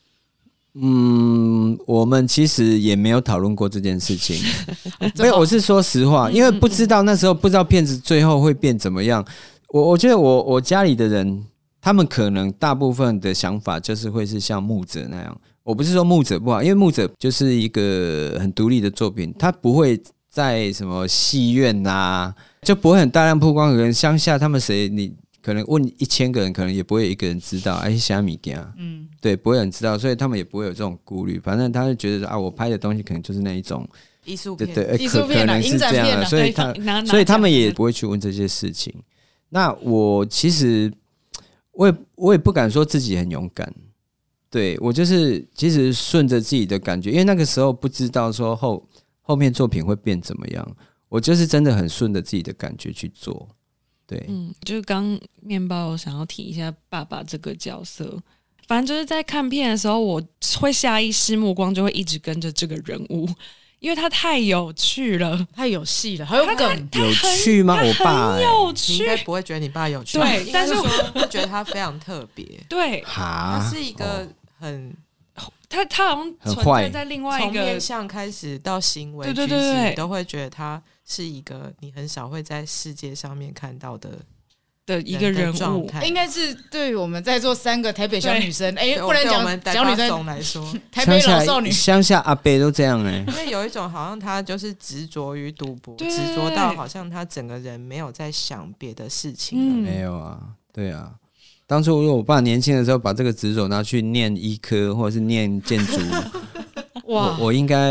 我们其实也没有讨论过这件事情。没有，我是说实话，因为不知道那时候不知道片子最后会变怎么样。我觉得我家里的人，他们可能大部分的想法就是会是像牧者那样。我不是说牧者不好，因为牧者就是一个很独立的作品，他不会在什么戏院就不会很大量曝光。可能乡下他们谁你可能问1000个人，可能也不会有一个人知道虾米件，对，不会有人知道，所以他们也不会有这种顾虑。反正他就觉得我拍的东西可能就是那一种艺术片， 对，可能是这样的，所以他们也不会去问这些事情。那我其实我也不敢说自己很勇敢，对，我就是其实顺着自己的感觉，因为那个时候不知道说后面作品会变怎么样，我就是真的很顺着自己的感觉去做。对， 就是刚面包想要提一下爸爸这个角色，反正就是在看片的时候，我会下意识目光就会一直跟着这个人物，因为他太有趣了， 太有戏了，还有梗， 有趣吗？我爸很有趣， 你应该不会觉得你爸有趣， 对，但是我会觉得他非常特别， 对， 他是一个很。 他好像存在在另外一个从面向开始到行为举止，你都会觉得他是一个你很少会在世界上面看到的一个人物。 应该是对于我们在座3个台北小女生，不能讲小女生来说， 台北老少女， 乡下阿伯都这样因为有一种好像他就是执着于赌博，执着到好像他整个人没有在想别的事情。 没有啊，对啊。当初我爸年轻的时候把这个执着拿去念医科或者是念建筑，我应该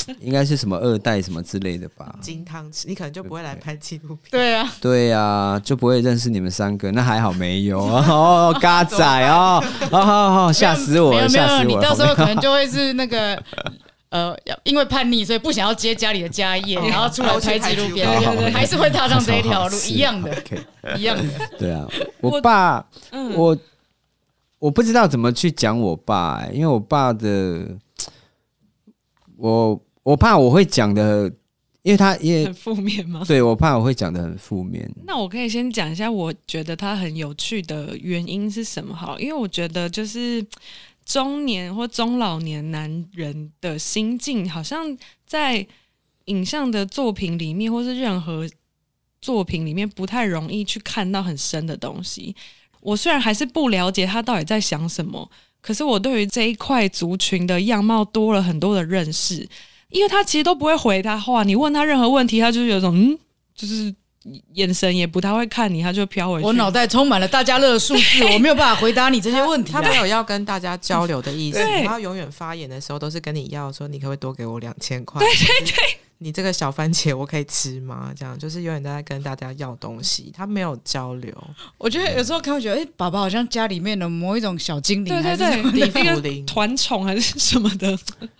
应该是什么2代什么之类的吧。 金汤匙，你可能就不会来拍纪录片。 对啊， 对啊，就不会认识你们3个，那还好没有哦，嘎仔哦，好，吓死我了，吓死我了！ 你到时候可能就会是那个因为叛逆，所以不想要接家里的家业，然后出来拍纪录片，还是会踏上这一条路，一样的，一样的。 对啊，我爸，我不知道怎么去讲我爸，因为我爸的，我怕我会讲的，因为他也很负面吗？ 对，我怕我会讲的很负面。 那我可以先讲一下，我觉得他很有趣的原因是什么好？因为我觉得就是中年或中老年男人的心境，好像在影像的作品里面，或是任何作品里面，不太容易去看到很深的东西。我虽然还是不了解他到底在想什么，可是我对于这一块族群的样貌多了很多的认识。因为他其实都不会回他话，你问他任何问题，他就是有种就是眼神也不太会看你，他就飘回去。 我脑袋充满了大家乐的数字，我没有办法回答你这些问题。 他没有要跟大家交流的意思，他永远发言的时候都是跟你要说，你可不可以多给我2000块？ 对对对， 你这个小番茄我可以吃吗？这样就是永远都在跟大家要东西，他没有交流。 我觉得有时候看会觉得，爸爸好像家里面的某一种小精灵， 对对对，地府灵、团宠还是什么的。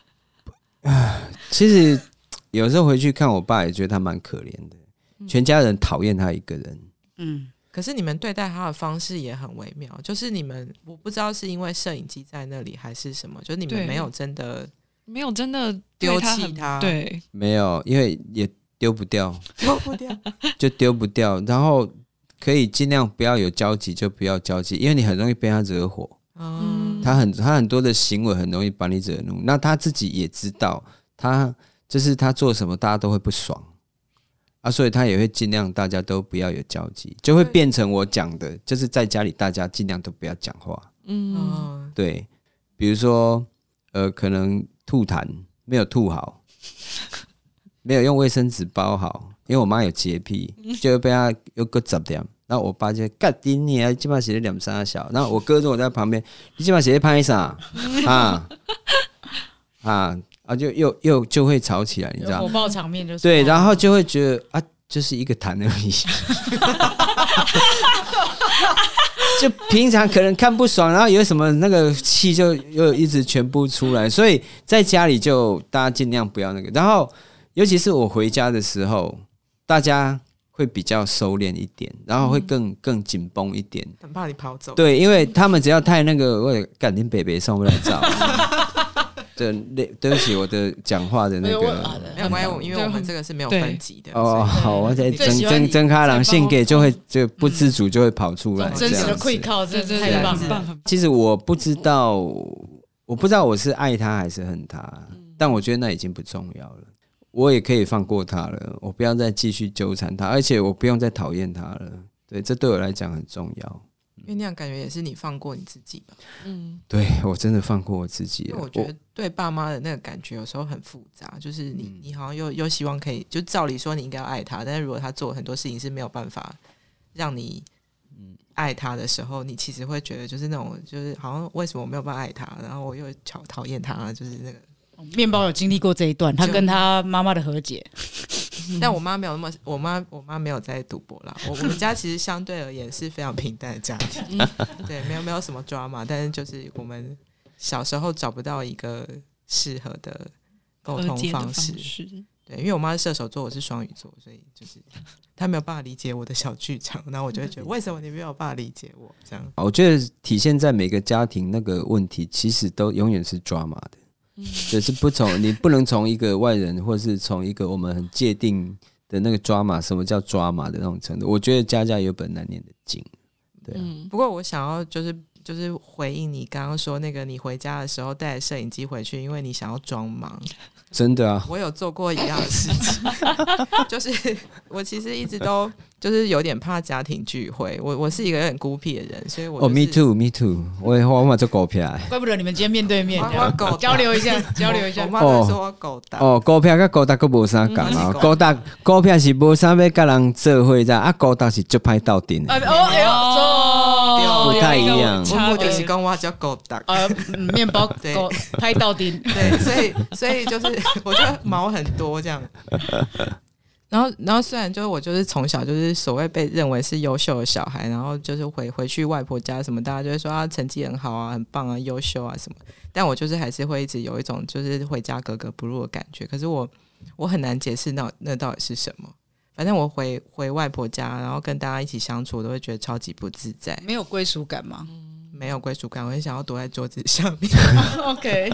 其实有时候回去看我爸，也觉得他蛮可怜的，全家人讨厌他一个人。 可是你们对待他的方式也很微妙，就是你们我不知道是因为摄影机在那里还是什么，就是你们没有真的丢弃他， 对， 没有，因为也丢不掉，就丢不掉，然后可以尽量不要有交集就不要交集，因为你很容易被他惹火。他很多的行为很容易把你惹怒，那他自己也知道，他就是他做什么大家都会不爽啊，所以他也会尽量大家都不要有交集，就会变成我讲的，就是在家里大家尽量都不要讲话。对，比如说可能吐痰没有吐好，没有用卫生纸包好，因为我妈有洁癖，就会被他又个zap掉。然后我爸就干顶你啊，基本上写的2、3小。然后我哥跟我在旁边，你基本上写的拍啥就会吵起来，你知道？ 火爆场面就是对，然后就会觉得啊，就是一个痰而已。就平常可能看不爽，然后有什么那个气就又一直全部出来，所以在家里就大家尽量不要那个。然后尤其是我回家的时候，大家会比较收敛一点，然后会更紧绷一点， 很怕你跑走。 对，因为他们只要太那个，我赶紧北北送不来照。对不起，我的讲话的那个没有关系，因为我们这个是没有分级的。 好，我在真开朗性给就会就不自主就会跑出来， 真实的愧靠，这太棒了。 其实我不知道我是爱他还是恨他，但我觉得那已经不重要了。我也可以放过他了，我不要再继续纠缠他，而且我不用再讨厌他了。对，这对我来讲很重要。 因为那样感觉也是你放过你自己吧。 对，我真的放过我自己了。 因为我觉得对爸妈的那个感觉有时候很复杂，就是你好像又希望可以，就照理说你应该要爱他，但是如果他做很多事情是没有办法让你爱他的时候，你其实会觉得就是那种就是好像为什么我没有办法爱他，然后我又讨厌他，就是那个。 面包有经历过这一段，他跟他妈妈的和解。 但我妈没有那么，我妈没有在赌博啦。我们家其实相对而言是非常平淡的家庭，对，没有什么drama，但是就是我们小时候找不到一个适合的沟通方式。对，因为我妈是射手座，我是双鱼座，所以就是她没有办法理解我的小剧场，然后我就会觉得为什么你没有办法理解我这样？ 我觉得体现在每个家庭那个问题，其实都永远是drama的。就是你不能从一个外人，或是从一个我们很界定的那个drama，什么叫drama的那种程度，我觉得家家有本难念的经。对啊， 不过我想要就是回应你刚刚说那个，你回家的时候带着摄影机回去，因为你想要装忙。 真的啊， 我有做过一样的事情，就是我其实一直都就是有点怕家庭聚会，我是一个很孤僻的人，所以我、 me too， 我嘛做狗票， 怪不得你们今天面对面交流一下。 我妈都说我狗大狗票跟狗大都无啥讲啊，狗票是无啥要跟人做伙的啊，狗大是就歹斗阵的。 不太一样。 我目就是讲我叫狗打面包狗拍到底， 对，所以就是我就毛很多这样。然后虽然就是我就是从小就是所谓被认为是优秀的小孩，然后就是回去外婆家什么，大家就会说啊成绩很好啊，很棒啊，优秀啊什么。但我就是还是会一直有一种就是回家格格不入的感觉。可是我很难解释那到底是什么。反正我回外婆家，然后跟大家一起相处，我都会觉得超级不自在。 没有归属感吗？ 没有归属感，我很想要躲在桌子下面。 OK，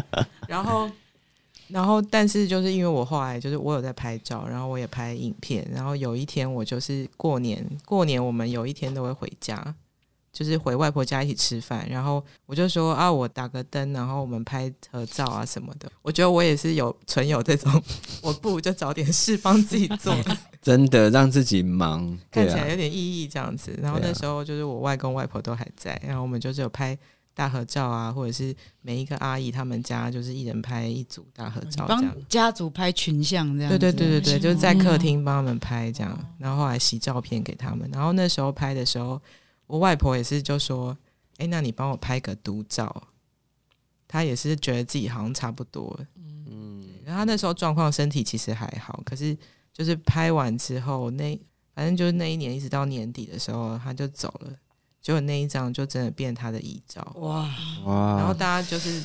然后，但是就是因为我后来就是我有在拍照，然后我也拍影片，然后有一天我就是过年我们有一天都会回家，就是回外婆家一起吃饭，然后我就说啊，我打个灯，然后我们拍合照啊什么的。我觉得我也是存有这种，我不如就找点事帮自己做， 真的让自己忙， 看起来有点意义这样子。然后那时候就是我外公外婆都还在，然后我们就是有拍大合照啊，或者是每一个阿姨他们家就是一人拍一组大合照，这样帮家族拍群像这样子。 对，就是在客厅帮他们拍这样，然后后来洗照片给他们。然后那时候拍的时候，我外婆也是就说：“哎，那你帮我拍个独照。”她也是觉得自己好像差不多了。然后她那时候状况身体其实还好，可是就是拍完之后反正就是那一年一直到年底的时候，她就走了。结果那一张就真的变他的遗照，哇！然后大家就是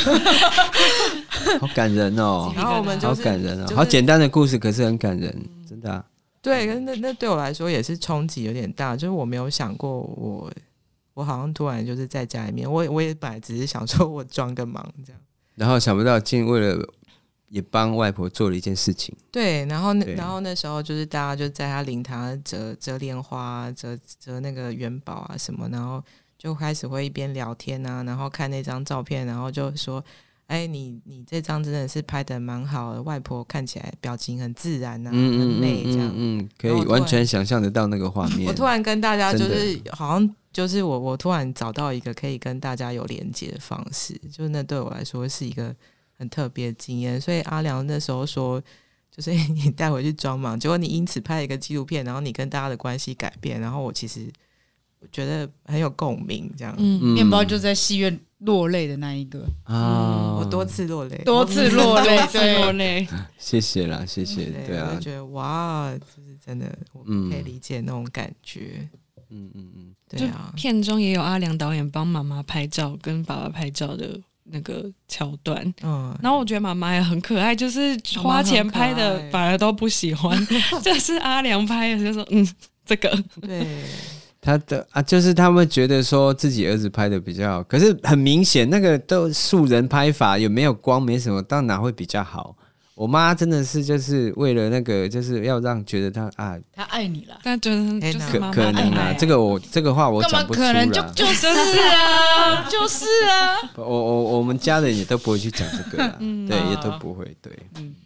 好感人哦， 然后我们就是好感人哦，好简单的故事，可是很感人，真的啊。 对，可是那对我来说也是冲击有点大，就是我没有想过我好像突然就是在家里面，我也本来只是想说我装个忙这样， 然后想不到竟为了也帮外婆做了一件事情。 对，然后那时候就是大家就在他灵堂折莲花、折那个元宝啊什么，然后就开始会一边聊天啊，然后看那张照片，然后就说：“哎，你这张真的是拍得蛮好的，外婆看起来表情很自然啊，很美这样。” 可以完全想象得到那个画面。 我突然跟大家就是好像就是我突然找到一个可以跟大家有连接的方式，就是那对我来说是一个很特别的经验。所以阿良那时候说，就是你带回去装忙，结果你因此拍了一个纪录片，然后你跟大家的关系改变，然后我其实我觉得很有共鸣，这样。 面包就在戏院落泪的那一个啊， 我多次落泪， 对， 谢谢啦，谢谢。对啊， 我就觉得哇，就是真的，我可以理解那种感觉。对啊， 片中也有阿良导演帮妈妈拍照跟爸爸拍照的那个桥段，然后我觉得妈妈也很可爱，就是花钱拍的反而都不喜欢，就是阿良拍的就说这个对。 他的就是他们觉得说自己儿子拍的比较好，可是很明显那个都素人拍法，有没有光没什么，当然哪会比较好。我妈真的是就是为了那个，就是要让觉得她爱你了， 但就是妈妈可能啊，这个话我讲不出来， 可能就是啊，就是啊。 我们家人也都不会去讲这个啦，对，也都不会，对。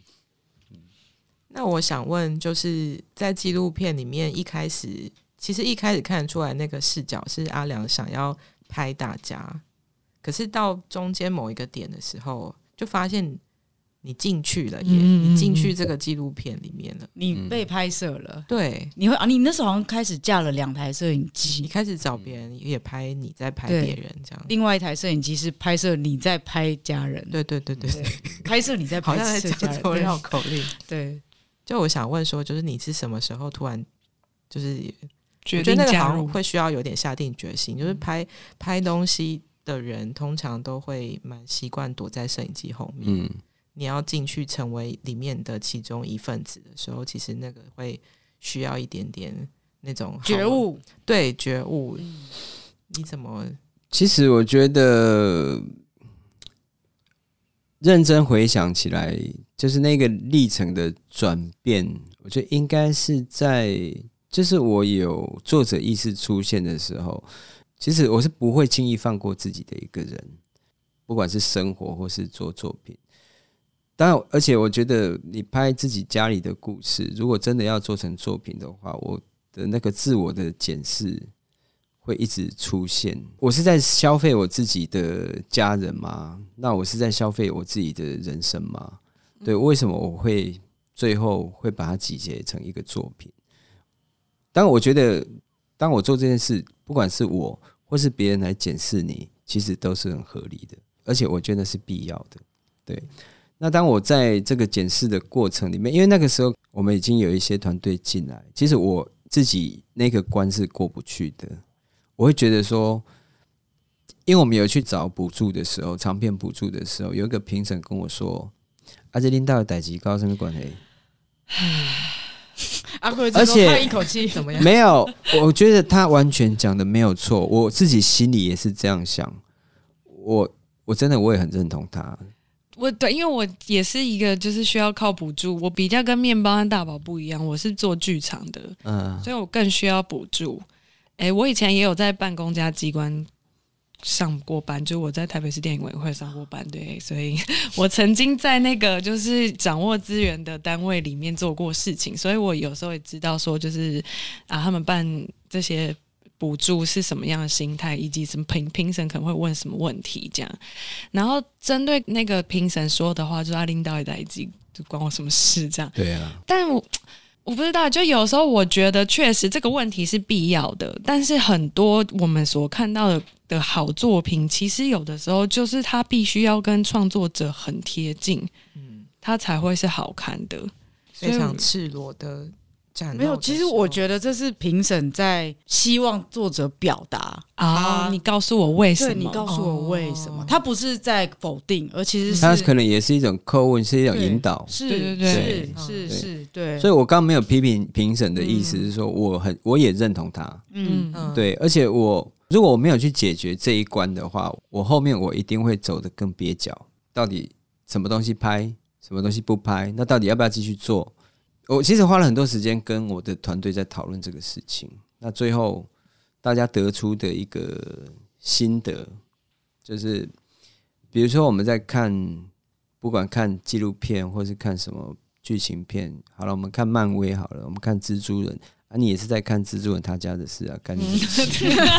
那我想问，就是在纪录片里面其实一开始看得出来那个视角是阿良想要拍大家，可是到中间某一个点的时候，就发现你进去了耶，你进去这个纪录片里面了， 你被拍摄了， 对， 你那时候好像开始架了2台摄影机， 你开始找别人也拍，你在拍别人这样， 另外一台摄影机是拍摄你在拍家人， 对， 拍摄你在拍摄家人， 好像在绕口令， 对。 就我想问说，就是你是什么时候突然就是决定加入？ 我觉得那个好像会需要有点下定决心，就是拍东西的人通常都会蛮习惯躲在摄影机后面。你要进去成为里面的其中一份子的时候，其实那个会需要一点点那种觉悟， 对，觉悟。你怎么？ 其实我觉得认真回想起来，就是那个历程的转变，我觉得应该是就是我有作者意识出现的时候，其实我是不会轻易放过自己的一个人，不管是生活或是做作品。当然，而且我觉得你拍自己家里的故事，如果真的要做成作品的话，我的那个自我的检视会一直出现。我是在消费我自己的家人吗？那我是在消费我自己的人生吗？对，为什么我会最后会把它集结成一个作品？当我觉得，当我做这件事，不管是我或是别人来检视你，其实都是很合理的，而且我觉得是必要的。对，那当我在这个检视的过程里面，因为那个时候我们已经有一些团队进来，其实我自己那个关是过不去的。我会觉得说，因为我们有去找补助的时候，长片补助的时候，有一个评审跟我说：“啊，这领导的事情跟我什么关系？” 阿贵这时候叹一口气， 怎么样？ 没有，我觉得他完全讲的没有错，我自己心里也是这样想。我真的我也很认同他。 对，因为我也是一个就是需要靠补助，我比较跟面包和大宝不一样，我是做剧场的，所以我更需要补助。我以前也有在办公家机关上过班，就我在台北市电影委员会上过班，对，所以我曾经在那个就是掌握资源的单位里面做过事情，所以我有时候也知道说就是他们办这些补助是什么样的心态，以及什么评审可能会问什么问题这样。然后针对那个评审说的话，就是领导也在一就关我什么事这样。 对啊， 但我不知道，就有时候我觉得确实这个问题是必要的，但是很多我们所看到的好作品，其实有的时候就是它必须要跟创作者很贴近，它才会是好看的， 非常赤裸的展露的时候。 没有，其实我觉得这是评审在希望作者表达你告诉我为什么？ 对，你告诉我为什么？他不是在否定，而其实是他可能也是一种叩问，是一种引导。 是对， 是，对。 所以我刚刚没有批评评审的意思是说，我也认同他。对，而且如果我没有去解决这一关的话，我后面我一定会走得更蹩脚。到底什么东西拍，什么东西不拍？那到底要不要继续做？我其实花了很多时间跟我的团队在讨论这个事情。那最后大家得出的一个心得就是，比如说我们在不管看纪录片或是看什么剧情片，好了，我们看漫威好了，我们看蜘蛛人啊，你也是在看蜘蛛人他家的事啊，干你的事。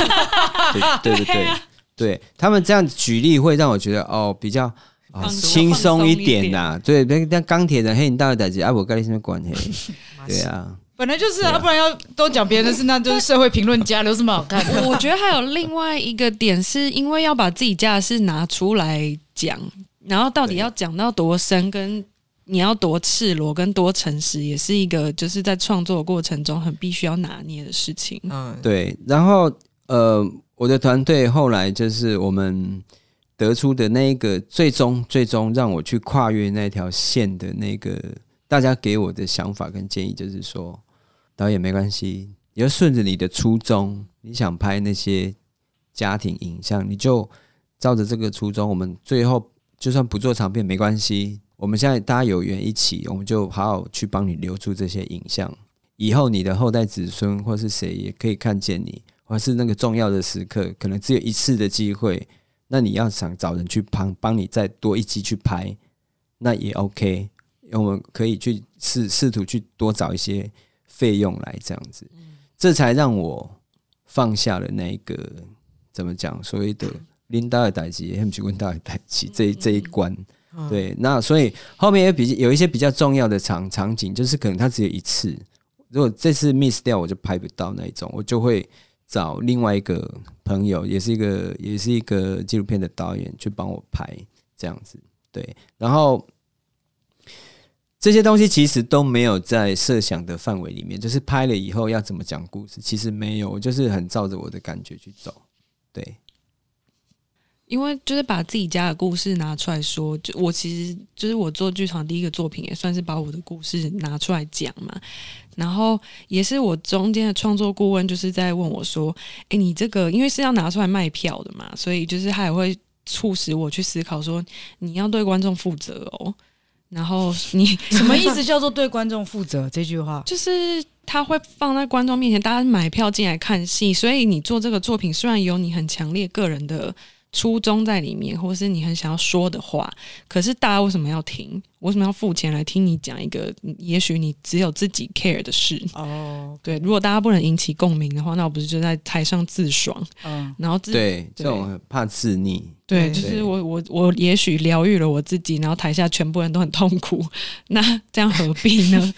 对，他们这样举例会让我觉得比较轻松一点啦。对，但钢铁人黑影大的代志啊，我跟你什么关系？对啊。 本来就是不然要都讲别人的事，那就是社会评论家，有什么好看的？ 我觉得还有另外一个点，是因为要把自己家的事拿出来讲，然后到底要讲到多深，跟你要多赤裸，跟多诚实，也是一个就是在创作的过程中很必须要拿捏的事情。 对。然后我的团队后来就是我们得出的那一个最终让我去跨越那条线的那个，大家给我的想法跟建议就是说，导演没关系，你就顺着你的初衷，你想拍那些家庭影像，你就照着这个初衷，我们最后就算不做长片没关系，我们现在大家有缘一起，我们就好好去帮你留住这些影像，以后你的后代子孙或是谁也可以看见你，或是那个重要的时刻可能只有一次的机会，那你要想找人去帮你再多一集去拍，那也 OK， 我们可以去试图去多找一些费用来这样子，这才让我放下了那一个怎么讲所谓的领导的代志，不是领导的代志这一关。对，那所以后面有一些比较重要的场景，就是可能它只有一次，如果这次 miss 掉，我就拍不到那一种，我就会找另外一个朋友，也是一个纪录片的导演去帮我拍这样子。对，然后这些东西其实都没有在设想的范围里面，就是拍了以后要怎么讲故事，其实没有，我就是很照着我的感觉去走。对， 因为就是把自己家的故事拿出来说，我其实就是我做剧场第一个作品，也算是把我的故事拿出来讲嘛。然后也是我中间的创作顾问就是在问我说：“你这个因为是要拿出来卖票的嘛，所以就是他也会促使我去思考说，你要对观众负责哦。然后你什么意思叫做对观众负责？这句话就是他会放在观众面前，大家买票进来看戏，所以你做这个作品虽然有你很强烈个人的初衷在里面，或是你很想要说的话，可是大家为什么要听？为什么要付钱来听你讲一个也许你只有自己 care 的事？对，如果大家不能引起共鸣的话，那我不是就在台上自爽？然后对这种怕自溺， 对，就是我也许疗愈了我自己，然后台下全部人都很痛苦，那这样何必呢？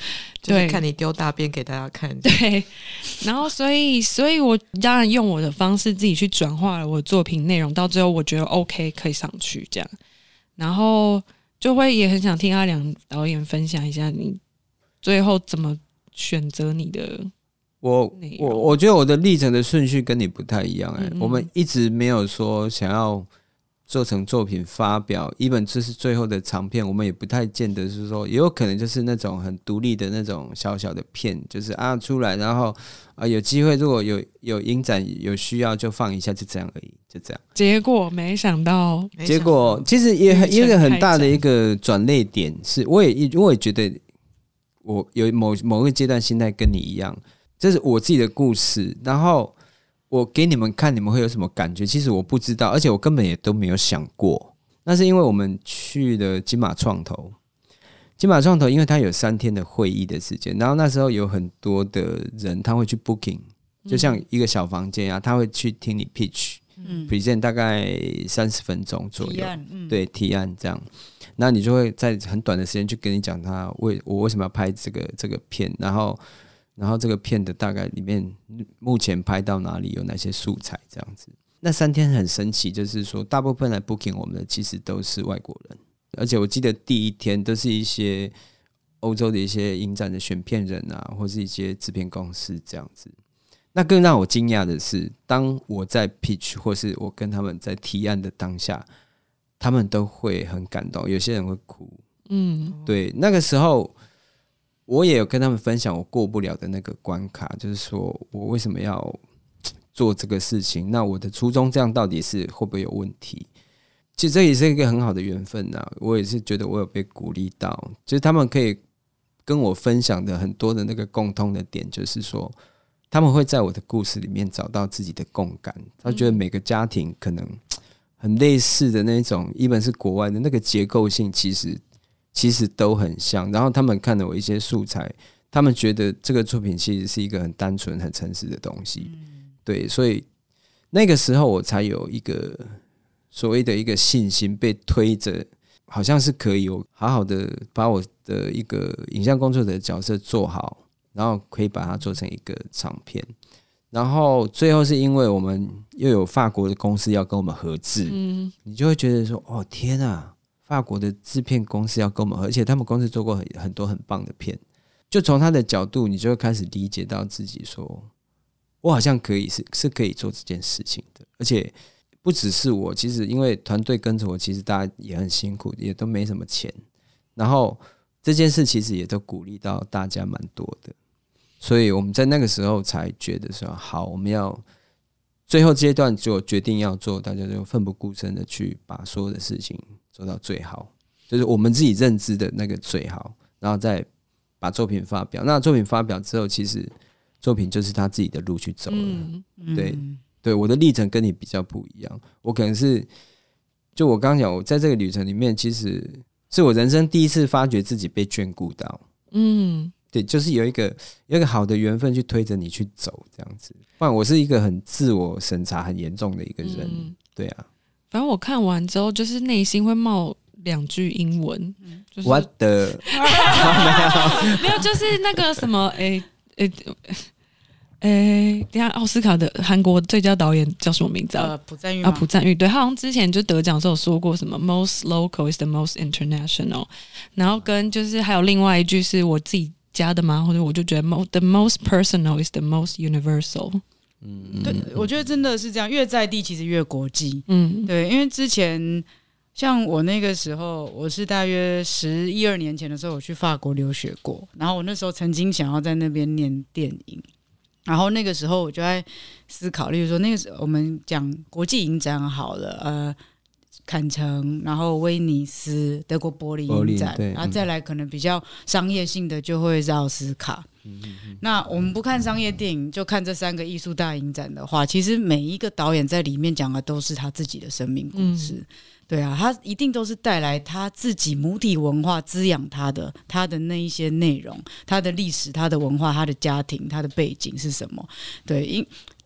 就是看你丢大便给大家看。 对，然后所以我当然用我的方式自己去转化了我的作品内容，到最后我觉得 OK 可以上去这样，然后就会也很想听阿良导演分享一下你最后怎么选择你的。 我觉得我的历程的顺序跟你不太一样我们一直没有说想要做成作品发表，even这是最后的长片，我们也不太见得是说，也有可能就是那种很独立的那种小小的片，就是出来，然后有机会如果有影展有需要就放一下，就这样而已，就这样。 结果没想到其实也有一个很大的一个转捩点是，我也觉得我有某个阶段心态跟你一样，这是我自己的故事，然后我给你们看，你们会有什么感觉？其实我不知道，而且我根本也都没有想过。那是因为我们去了金马创投，因为它有3天的会议的时间，然后那时候有很多的人他会去 booking， 就像一个小房间他会去听你 pitch，present 大概30分钟左右，对，提案这样。那你就会在很短的时间去跟你讲我为什么要拍这个片，然后这个片的大概里面目前拍到哪里，有哪些素材这样子。那3天很神奇，就是说大部分来 booking 我们的其实都是外国人，而且我记得第1天都是一些欧洲的一些影展的选片人或是一些制片公司这样子。那更让我惊讶的是，当我在 pitch 或是我跟他们在提案的当下，他们都会很感动，有些人会哭。对，那个时候我也有跟他们分享我过不了的那个关卡，就是说我为什么要做这个事情，那我的初衷这样到底是会不会有问题。其实这也是一个很好的缘分我也是觉得我有被鼓励到，就是他们可以跟我分享的很多的那个共通的点，就是说他们会在我的故事里面找到自己的共感，他觉得每个家庭可能很类似的那种，even是国外的那个结构性其实都很像，然后他们看了我一些素材，他们觉得这个作品其实是一个很单纯很诚实的东西，对，所以那个时候我才有一个所谓的一个信心，被推着好像是可以有好好的把我的一个影像工作者的角色做好，然后可以把它做成一个长片。然后最后是因为我们又有法国的公司要跟我们合制，你就会觉得说天啊，法国的制片公司要跟我们合，而且他们公司做过很多很棒的片，就从他的角度你就会开始理解到自己说我好像可以是可以做这件事情的。而且不只是我，其实因为团队跟着我，其实大家也很辛苦，也都没什么钱，然后这件事其实也都鼓励到大家蛮多的，所以我们在那个时候才觉得说好，我们要最后阶段就决定要做，大家就奋不顾身的去把所有的事情做到最好，就是我们自己认知的那个最好，然后再把作品发表。那作品发表之后，其实作品就是他自己的路去走了。对，我的历程跟你比较不一样，我可能是就我刚刚讲，我在这个旅程里面，其实是我人生第一次发觉自己被眷顾到。对，就是有一个好的缘分去推着你去走这样子，不然我是一个很自我审查很严重的一个人。对啊， 反正我看完之后就是内心会冒2句英文，就是 What the 没有，就是那个什么等一下奥斯卡的韩国最佳导演叫什么名字朴赞郁朴赞郁，对，他好像之前就得奖的时候有说过什么 most local is the most international， 然后跟就是还有另外一句是我自己加的嘛，或者我就觉得 the most personal is the most universal。 对，我觉得真的是这样，越在地其实越国际。对，因为之前像我那个时候，我是大约11-12年前的时候，我去法国留学过，然后我那时候曾经想要在那边念电影。然后那个时候我就在思考，例如说那个时候我们讲国际影展好了，坎城，然后威尼斯，德国柏林影展，然后再来可能比较商业性的就会是奥斯卡。那我们不看商业电影，就看这3个艺术大影展的话，其实每一个导演在里面讲的都是他自己的生命故事。对啊，他一定都是带来他自己母体文化滋养他的那一些内容，他的历史，他的文化，他的家庭，他的背景是什么。对，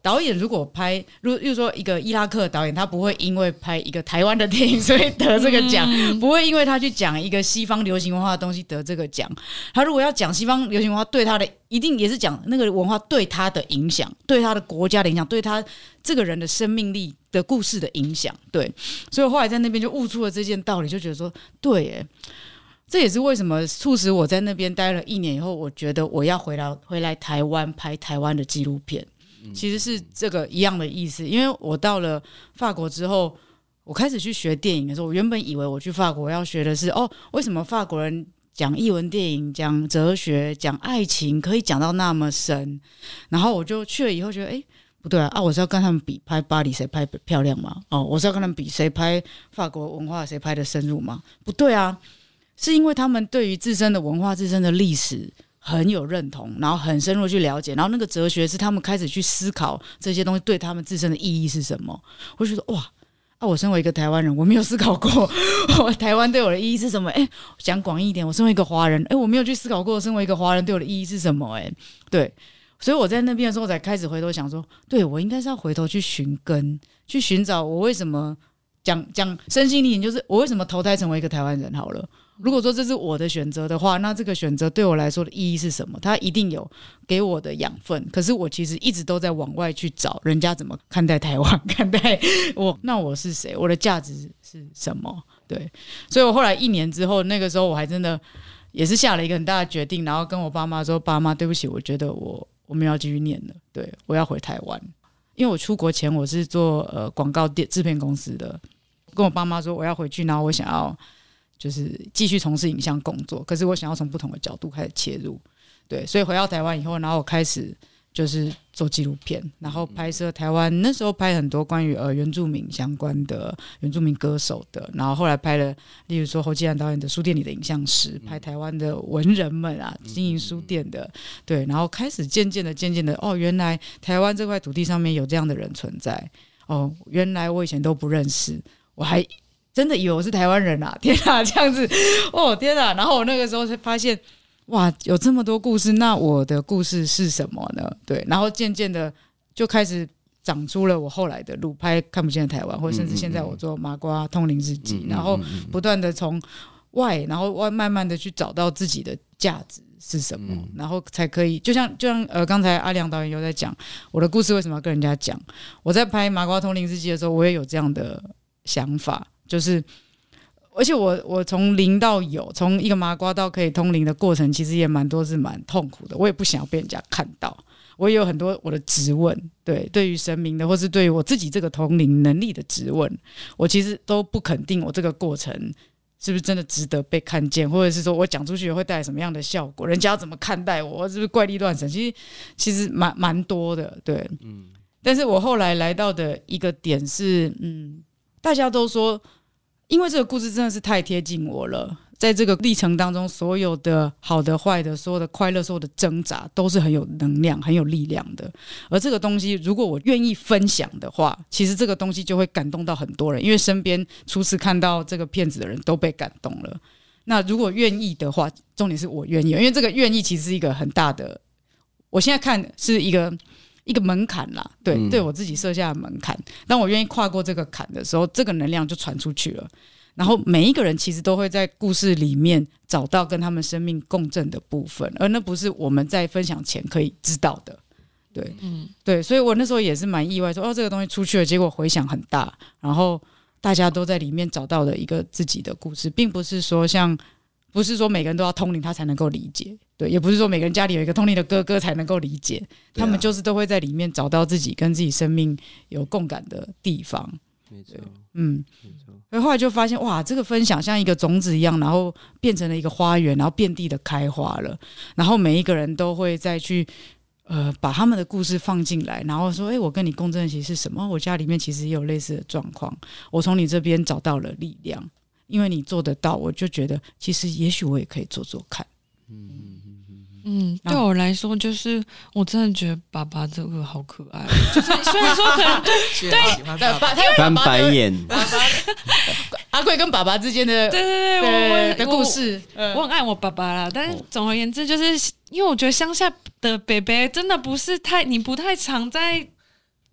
导演如果拍，例如说一个伊拉克的导演，他不会因为拍一个台湾的电影所以得这个奖，不会因为他去讲一个西方流行文化的东西得这个奖。他如果要讲西方流行文化对他的，一定也是讲那个文化对他的影响，对他的国家的影响，对他这个人的生命力的故事的影响。对，所以我后来在那边就悟出了这件道理，就觉得说，对耶。这也是为什么促使我在那边待了1年以后，我觉得我要回来台湾拍台湾的纪录片。其实是这个一样的意思，因为我到了法国之后，我开始去学电影的时候，我原本以为我去法国要学的是为什么法国人讲艺文电影、讲哲学、讲爱情可以讲到那么深，然后我就去了以后觉得不对啊，我是要跟他们比拍巴黎谁拍漂亮吗？我是要跟他们比谁拍法国文化谁拍的深入吗？不对啊，是因为他们对于自身的文化、自身的历史很有认同，然后很深入去了解，然后那个哲学是他们开始去思考这些东西对他们自身的意义是什么。我就觉得哇我身为一个台湾人，我没有思考过台湾对我的意义是什么。讲广义一点，我身为一个华人，我没有去思考过身为一个华人对我的意义是什么。对，所以我在那边的时候才开始回头想说，对，我应该是要回头去寻根，去寻找我为什么讲身心灵，就是我为什么投胎成为一个台湾人好了。如果说这是我的选择的话，那这个选择对我来说的意义是什么？它一定有给我的养分，可是我其实一直都在往外去找人家怎么看待台湾，看待我，那我是谁？我的价值是什么？对，所以我后来1年之后，那个时候我还真的也是下了一个很大的决定，然后跟我爸妈说：“爸妈，对不起，我觉得我没有要继续念了，对，我要回台湾。”因为我出国前我是做广告制片公司的，跟我爸妈说我要回去，然后我想要就是继续从事影像工作，可是我想要从不同的角度开始切入，对，所以回到台湾以后，然后我开始就是做纪录片，然后拍摄台湾，那时候拍很多关于原住民相关的原住民歌手的，然后后来拍了例如说侯继然导演的书店里的影像师，拍台湾的文人们啊经营书店的，对，然后开始渐渐的原来台湾这块土地上面有这样的人存在，原来我以前都不认识，我还真的以为我是台湾人啊！天啊，这样子，天啊！然后我那个时候才发现，哇，有这么多故事，那我的故事是什么呢？对，然后渐渐的就开始长出了我后来的路，拍看不见的台湾，或甚至现在我做麻瓜通灵日记，然后不断的从外，然后慢慢的去找到自己的价值是什么，然后才可以，就像刚才阿良导演有在讲我的故事为什么要跟人家讲，我在拍麻瓜通灵日记的时候，我也有这样的想法。就是，而且我从零到有，从一个麻瓜到可以通灵的过程，其实也蛮多是蛮痛苦的。我也不想要被人家看到，我也有很多我的质问，对于神明的，或是对于我自己这个通灵能力的质问，我其实都不肯定我这个过程是不是真的值得被看见，或者是说我讲出去会带来什么样的效果，人家要怎么看待我，是不是怪力乱神？其实蛮多的，对，但是我后来来到的一个点是，大家都说。因为这个故事真的是太贴近我了，在这个历程当中，所有的好的坏的，所有的快乐，所有的挣扎都是很有能量很有力量的，而这个东西如果我愿意分享的话，其实这个东西就会感动到很多人，因为身边初次看到这个片子的人都被感动了。那如果愿意的话，重点是我愿意，因为这个愿意其实是一个很大的，我现在看是一个门槛啦，对我自己设下的门槛。当我愿意跨过这个坎的时候，这个能量就传出去了。然后每一个人其实都会在故事里面找到跟他们生命共振的部分，而那不是我们在分享前可以知道的。对，所以我那时候也是蛮意外说，这个东西出去了，结果回响很大，然后大家都在里面找到了一个自己的故事，并不是说不是说每个人都要通灵他才能够理解，对，也不是说每个人家里有一个通灵的哥哥才能够理解，他们就是都会在里面找到自己跟自己生命有共感的地方。 没错， 所以后来就发现，哇，这个分享像一个种子一样，然后变成了一个花园，然后遍地的开花了，然后每一个人都会再去把他们的故事放进来，然后说，我跟你共振的其实是什么？我家里面其实也有类似的状况，我从你这边找到了力量，因为你做得到，我就觉得其实也许我也可以做做看。 对我来说，就是我真的觉得爸爸这个好可爱，就是虽然说可能对翻白眼， 阿贵跟爸爸之间的对的故事， 我很爱我爸爸啦。但是总而言之，就是因为我觉得乡下的伯伯真的不是你不太常在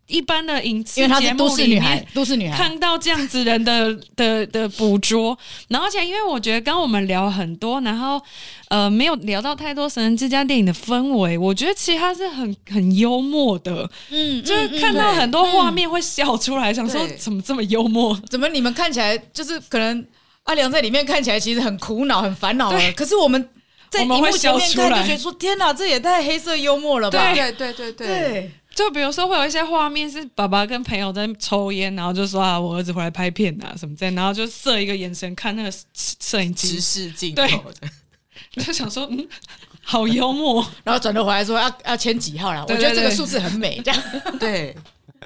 一般的影视因为她是节目都市女孩里面， 都市女孩看到这样子人的捕捉，然后而且因为我觉得刚刚我们聊很多，然后没有聊到太多神人之家电影的氛围，我觉得其实它是很幽默的，就是看到很多画面会笑出来，想说怎么这么幽默？ 怎么你们看起来就是可能阿良在里面看起来其实很苦恼、很烦恼了，可是我们在荧幕前面看就觉得说天哪，这也太黑色幽默了吧？ 对。 就比如说会有一些画面是爸爸跟朋友在抽烟，然后就说啊，我儿子回来拍片啊什么之类，然后就射一个眼神看那个摄影机直视镜头的， 就想说好幽默， 然后转头回来说要签几号啦，我觉得这个数字很美，这样对。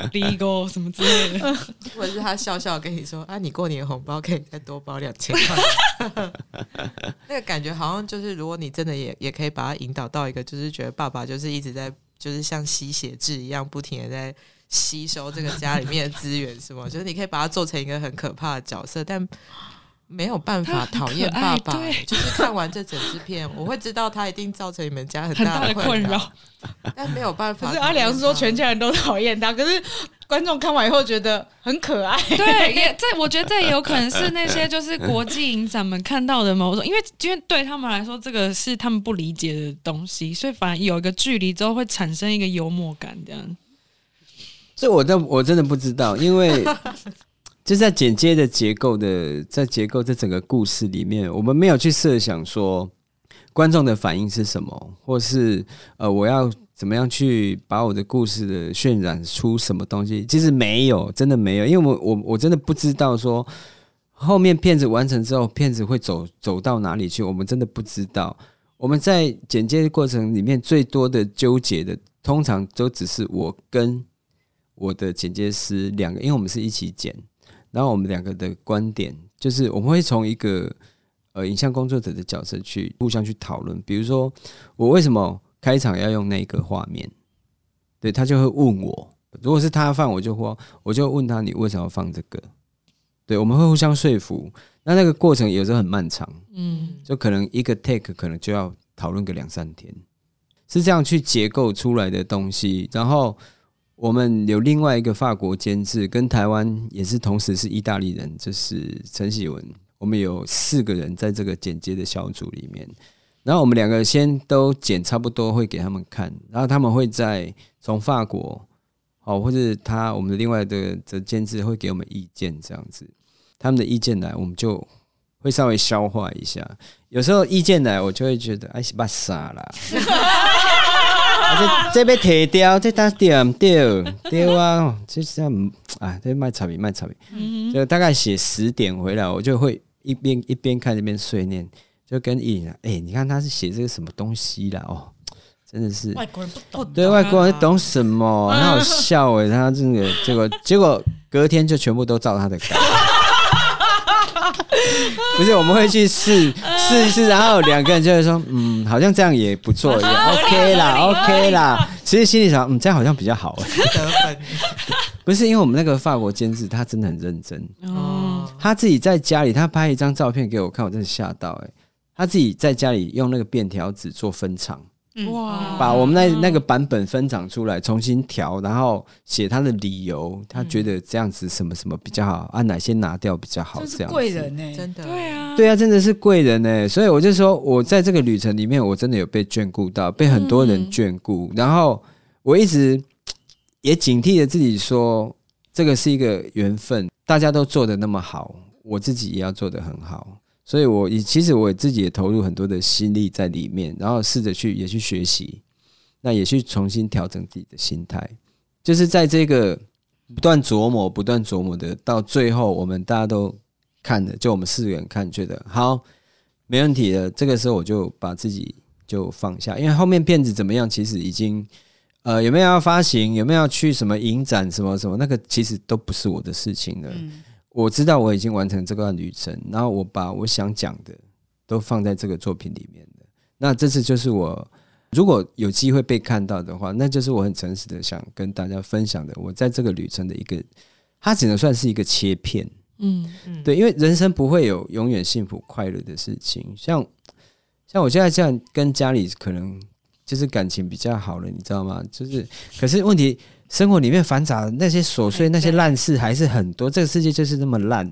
legal 什么之类的， 或者是他笑笑跟你说啊，你过年红包可以再多包2000块，那个感觉好像就是，如果你真的也可以把他引导到一个，就是觉得爸爸就是一直在，就是像吸血质一样，不停的在吸收这个家里面的资源，是吗？就是你可以把他做成一个很可怕的角色，但没有办法讨厌爸爸。就是看完这整支片，我会知道他一定造成你们家很大的困扰，但没有办法。 可是阿良是说全家人都讨厌他，可是观众看完以后觉得很可爱。 对，我觉得这也有可能是那些就是国际影展们看到的某种，因为对他们来说，这个是他们不理解的东西，所以反而有一个距离之后会产生一个幽默感，这样。 所以我真的不知道，因为就在剪接的结构在结构这整个故事里面，我们没有去设想说观众的反应是什么，或是我要怎么样去把我的故事的渲染出什么东西。其实没有，真的没有，因为我真的不知道说后面片子完成之后，片子会走到哪里去，我们真的不知道。我们在剪接的过程里面最多的纠结的，通常都只是我跟我的剪接师两个，因为我们是一起剪。然后我们两个的观点就是我们会从一个影像工作者的角色去互相去讨论，比如说我为什么开场要用那个画面，对，他就会问我，如果是他放我就问他你为什么要放这个，对，我们会互相说服。那个过程有时候很漫长，就可能一个 take 可能就要讨论个2-3天，是这样去结构出来的东西。然后我们有另外一个法国监制，跟台湾也是同时是意大利人，就是陈喜文。我们有4个人在这个剪接的小组里面，然后我们2个先都剪差不多，会给他们看，然后他们会再从法国，或者我们的另外的监制会给我们意见，这样子，他们的意见来，我们就会稍微消化一下。有时候意见来，我就会觉得哎是把傻啦。这被提掉，这打掉唔掉，对啊，这这卖差别，就大概写10点回来，我就会一边看一边碎念，就跟艺人你看他是写这个什么东西啦，真的是外国人不懂， 对，外国人懂什么，很好笑他真的结果隔天就全部都照他的改。不是，我们会去试一试，然后2个人就会说，好像这样也不错，也 OK 啦。其实心里想，这样好像比较好。得分不是因为我们那个法国监制，他真的很认真。他自己在家里，他拍一张照片给我看，我真的吓到。他自己在家里用那个便条纸做分场。哇！把我们那个版本分场出来，重新调，然后写他的理由，他觉得这样子什么什么比较好，哪些拿掉比较好，这样子。 贵人真的。 对啊，真的是贵人所以我就说，我在这个旅程里面，我真的有被眷顾到，被很多人眷顾。然后我一直也警惕着自己说，这个是一个缘分，大家都做得那么好，我自己也要做得很好。所以其实我自己也投入很多的心力在里面，然后试着也去学习，那也去重新调整自己的心态，就是在这个不断琢磨的，到最后我们大家都看了，就我们4个人看，觉得好没问题了。这个时候我就把自己就放下，因为后面片子怎么样，其实已经有没有要发行，有没有要去什么影展什么什么，那个其实都不是我的事情了。我知道我已经完成这段旅程，然后我把我想讲的都放在这个作品里面了。那这次就是我如果有机会被看到的话，那就是我很诚实的想跟大家分享的，我在这个旅程的一个，它只能算是一个切片。对，因为人生不会有永远幸福快乐的事情，像我现在这样跟家里可能就是感情比较好了，你知道吗？就是可是问题。生活里面繁杂的那些琐碎、那些烂事还是很多，这个世界就是那么烂。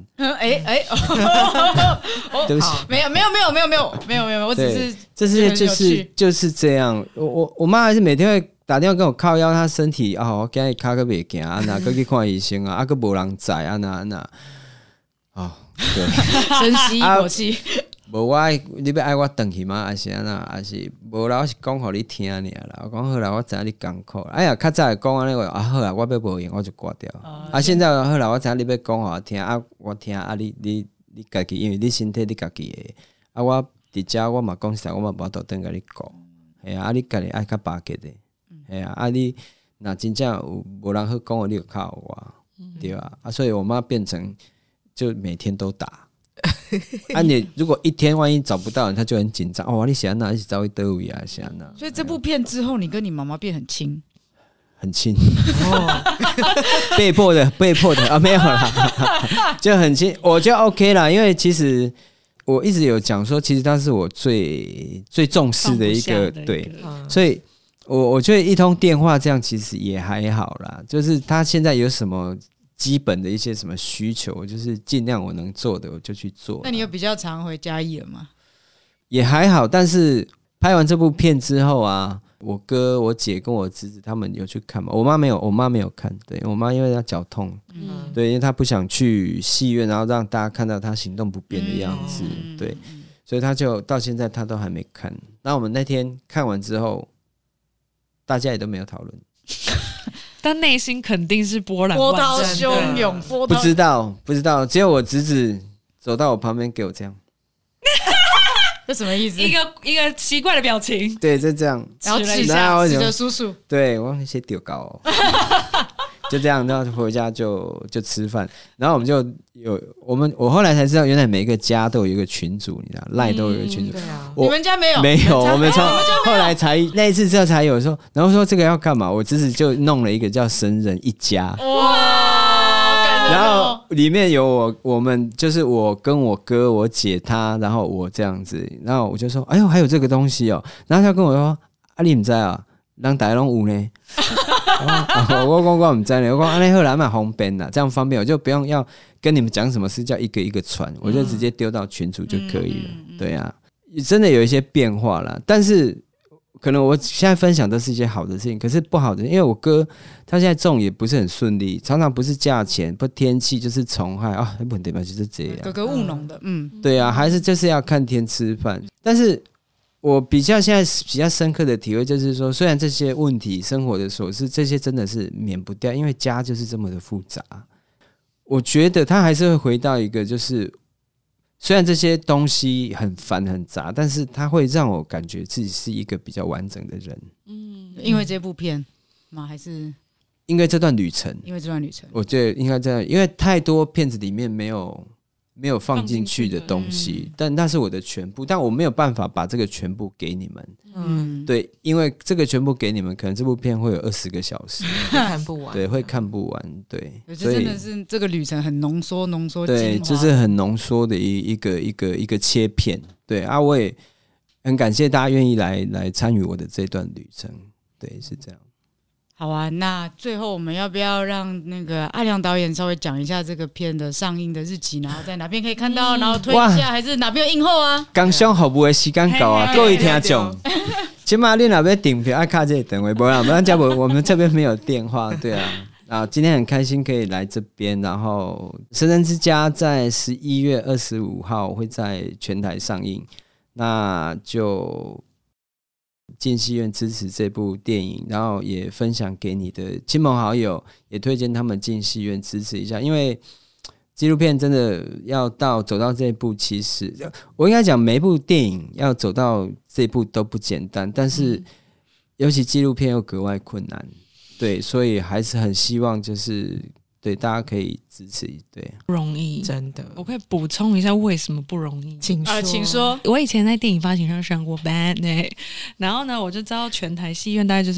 对不起， 没有，我只是这世界就是这样。我妈还是每天会打电话跟我靠腰，她身体我今日脚个袂行啊，那去看医生啊，个无人知啊那对， 深吸一口气。 无你要爱我回去吗？还是安那？还是无啦？我是讲互你听尔啦。我讲好啦，我知影你艰苦。哎呀，较早讲安尼话好啊，我要无用我就挂掉。现在好啦，我知影你要讲互我听我听你家己，因为你身体你家己的。我伫遮我嘛讲实在，我嘛无倒等甲你讲。系啊，你家己爱较巴结的。系啊，你若真正有无人好讲，你就靠我，对啊。所以我妈变成就每天都打。你如果一天万一找不到人，他就很紧张哦。你想哪？你是找去倒位啊？想哪？ 所以这部片之后，你跟你妈妈变很亲， 很亲哦，被迫的没有啦，就很亲，我就 OK 啦。因为其实我一直有讲说，其实他是我最重视的一个对，所以我觉得一通电话这样其实也还好啦。就是他现在有什么？基本的一些什么需求，就是尽量我能做的我就去做。 那你有比较常回嘉义了吗？ 也还好，但是拍完这部片之后啊，我哥、我姐跟我侄子他们有去看嘛。我妈没有看，对我妈因为她脚痛，对，因为她不想去戏院，然后让大家看到她行动不便的样子，对，所以她就到现在她都还没看。那我们那天看完之后，大家也都没有讨论。 但内心肯定是波澜涛汹涌， 不知道，只有我侄子走到我旁边给我这样， 这什么意思？ 一个奇怪的表情， 对，就这样， 然后指着叔叔， 对我那些丢高就这样，然后回家就吃饭，然后我们就我后来才知道，原来每一个家都有一个群组，你知道，LINE都有一个群组。 你们家没有？ 没有，我们后来才那一次之后才有说，然后说这个要干嘛？我侄子就弄了一个叫神人一家，哇，然后里面有我们就是我跟我哥、我姐他，然后我这样子，然后我就说，哎呦，还有这个东西哦，然后他跟我说，你不知道啊，人大家都有呢。我不知道呢，我说这样好啦，蛮方便啦，这样方便，我就不用要跟你们讲什么事，叫一个一个传，我就直接丢到群组就可以了。对啊，真的有一些变化啦，但是可能我现在分享都是一些好的事情，可是不好的，因为我哥他现在种也不是很顺利，常常不是价钱，不天气就是虫害啊，问题吧就是这样， 格格务农的， 对啊，还是就是要看天吃饭，但是。我现在比较深刻的体会就是说，虽然这些问题、生活的琐事，这些真的是免不掉，因为家就是这么的复杂。我觉得他还是会回到一个，就是虽然这些东西很烦很杂，但是它会让我感觉自己是一个比较完整的人。 因为这部片吗？还是因为这段旅程？ 因为这段旅程， 我觉得应该这样，因为太多片子里面没有放进去的东西，但那是我的全部，但我没有办法把这个全部给你们。对，因为这个全部给你们，可能这部片会有20个小时， 看不完， 对，会看不完，对， 所以真的是这个旅程很浓缩， 对，就是很浓缩的一个切片，对啊，我也很感谢大家愿意来参与我的这段旅程，对，是这样。 好啊，那最后我们要不要让那个阿良导演稍微讲一下这个片的上映的日期，然后在哪边可以看到，然后推一下，还是哪边有映后啊？ 刚上服务的时间到啊，各位听众，起码你那边订票要卡这个电话，不然我们这边没有电话，对啊。今天很开心可以来这边，然后《神人之家》在11月25号会在全台上映，那就。进戏院支持这部电影，然后也分享给你的亲朋好友，也推荐他们进戏院支持一下。因为纪录片真的要走到这一步，其实我应该讲每一部电影要走到这一步都不简单，但是尤其纪录片又格外困难，对，所以还是很希望就是对大家可以支持，对， 不容易， 真的。 我可以补充一下为什么不容易， 请说。 我以前在电影发行商上过班，对，然后呢，我就知道全台戏院大概就是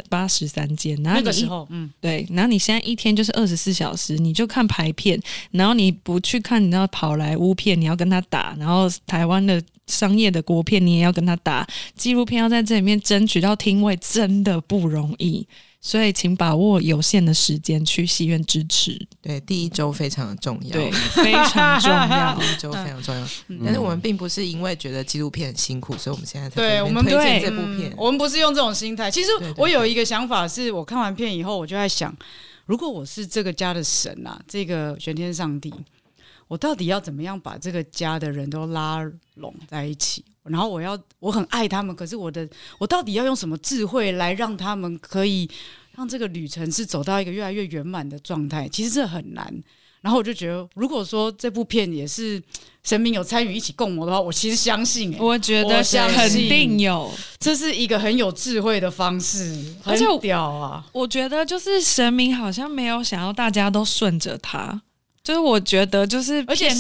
83间，然后那个时候， 对，然后你现在一天就是24小时，你就看排片，然后你不去看，你要跑来污片，你要跟他打，然后台湾的商业的国片你也要跟他打，纪录片要在这里面争取到厅位真的不容易，所以请把握有限的时间去戏院支持。 对，第一周非常的重要， 对，非常重要。 第一周非常重要。但是我们并不是因为觉得纪录片很辛苦，所以我们现在才对我们推荐这部片。 我们不是用这种心态。其实我有一个想法是，我看完片以后，我就在想，如果我是这个家的神啊，这个玄天上帝，我到底要怎么样把这个家的人都拉拢在一起？然后我很爱他们，可是我到底要用什么智慧来让他们可以让这个旅程是走到一个越来越圆满的状态？其实这很难。然后我就觉得，如果说这部片也是神明有参与一起共谋的话，我其实相信、 我觉得肯定有， 这是一个很有智慧的方式， 而且很屌啊！ 我觉得就是神明好像没有想要大家都顺着他，就是我觉得就是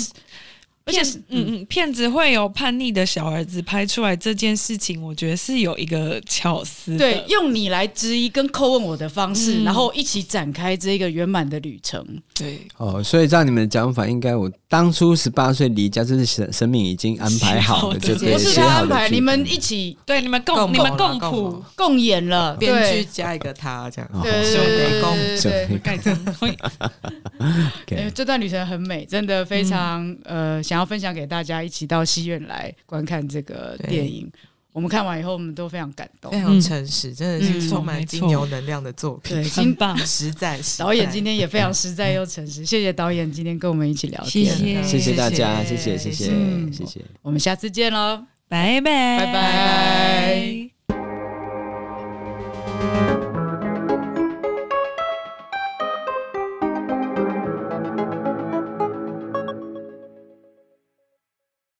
骗子会有叛逆的小儿子拍出来这件事情，我觉得是有一个巧思的， 对，用你来质疑跟叩问我的方式，然后一起展开这个圆满的旅程。 对， 所以照你们的讲法，应该我当初18岁离家，这是神明已经安排好的，就对， 不是他安排，你们一起， 对，你们共谱共演了， 编剧加一个他这样， 对， 盖章。 这段旅程很美，真的非常想要分享给大家，一起到戏院来观看这个电影。我们看完以后，我们都非常感动， 非常诚实，真的是充满金牛能量的作品， 对， 很棒， 实在。 导演今天也非常实在又诚实，谢谢导演今天跟我们一起聊天， 谢谢大家，谢谢，我们下次见喽， 拜拜， 拜拜。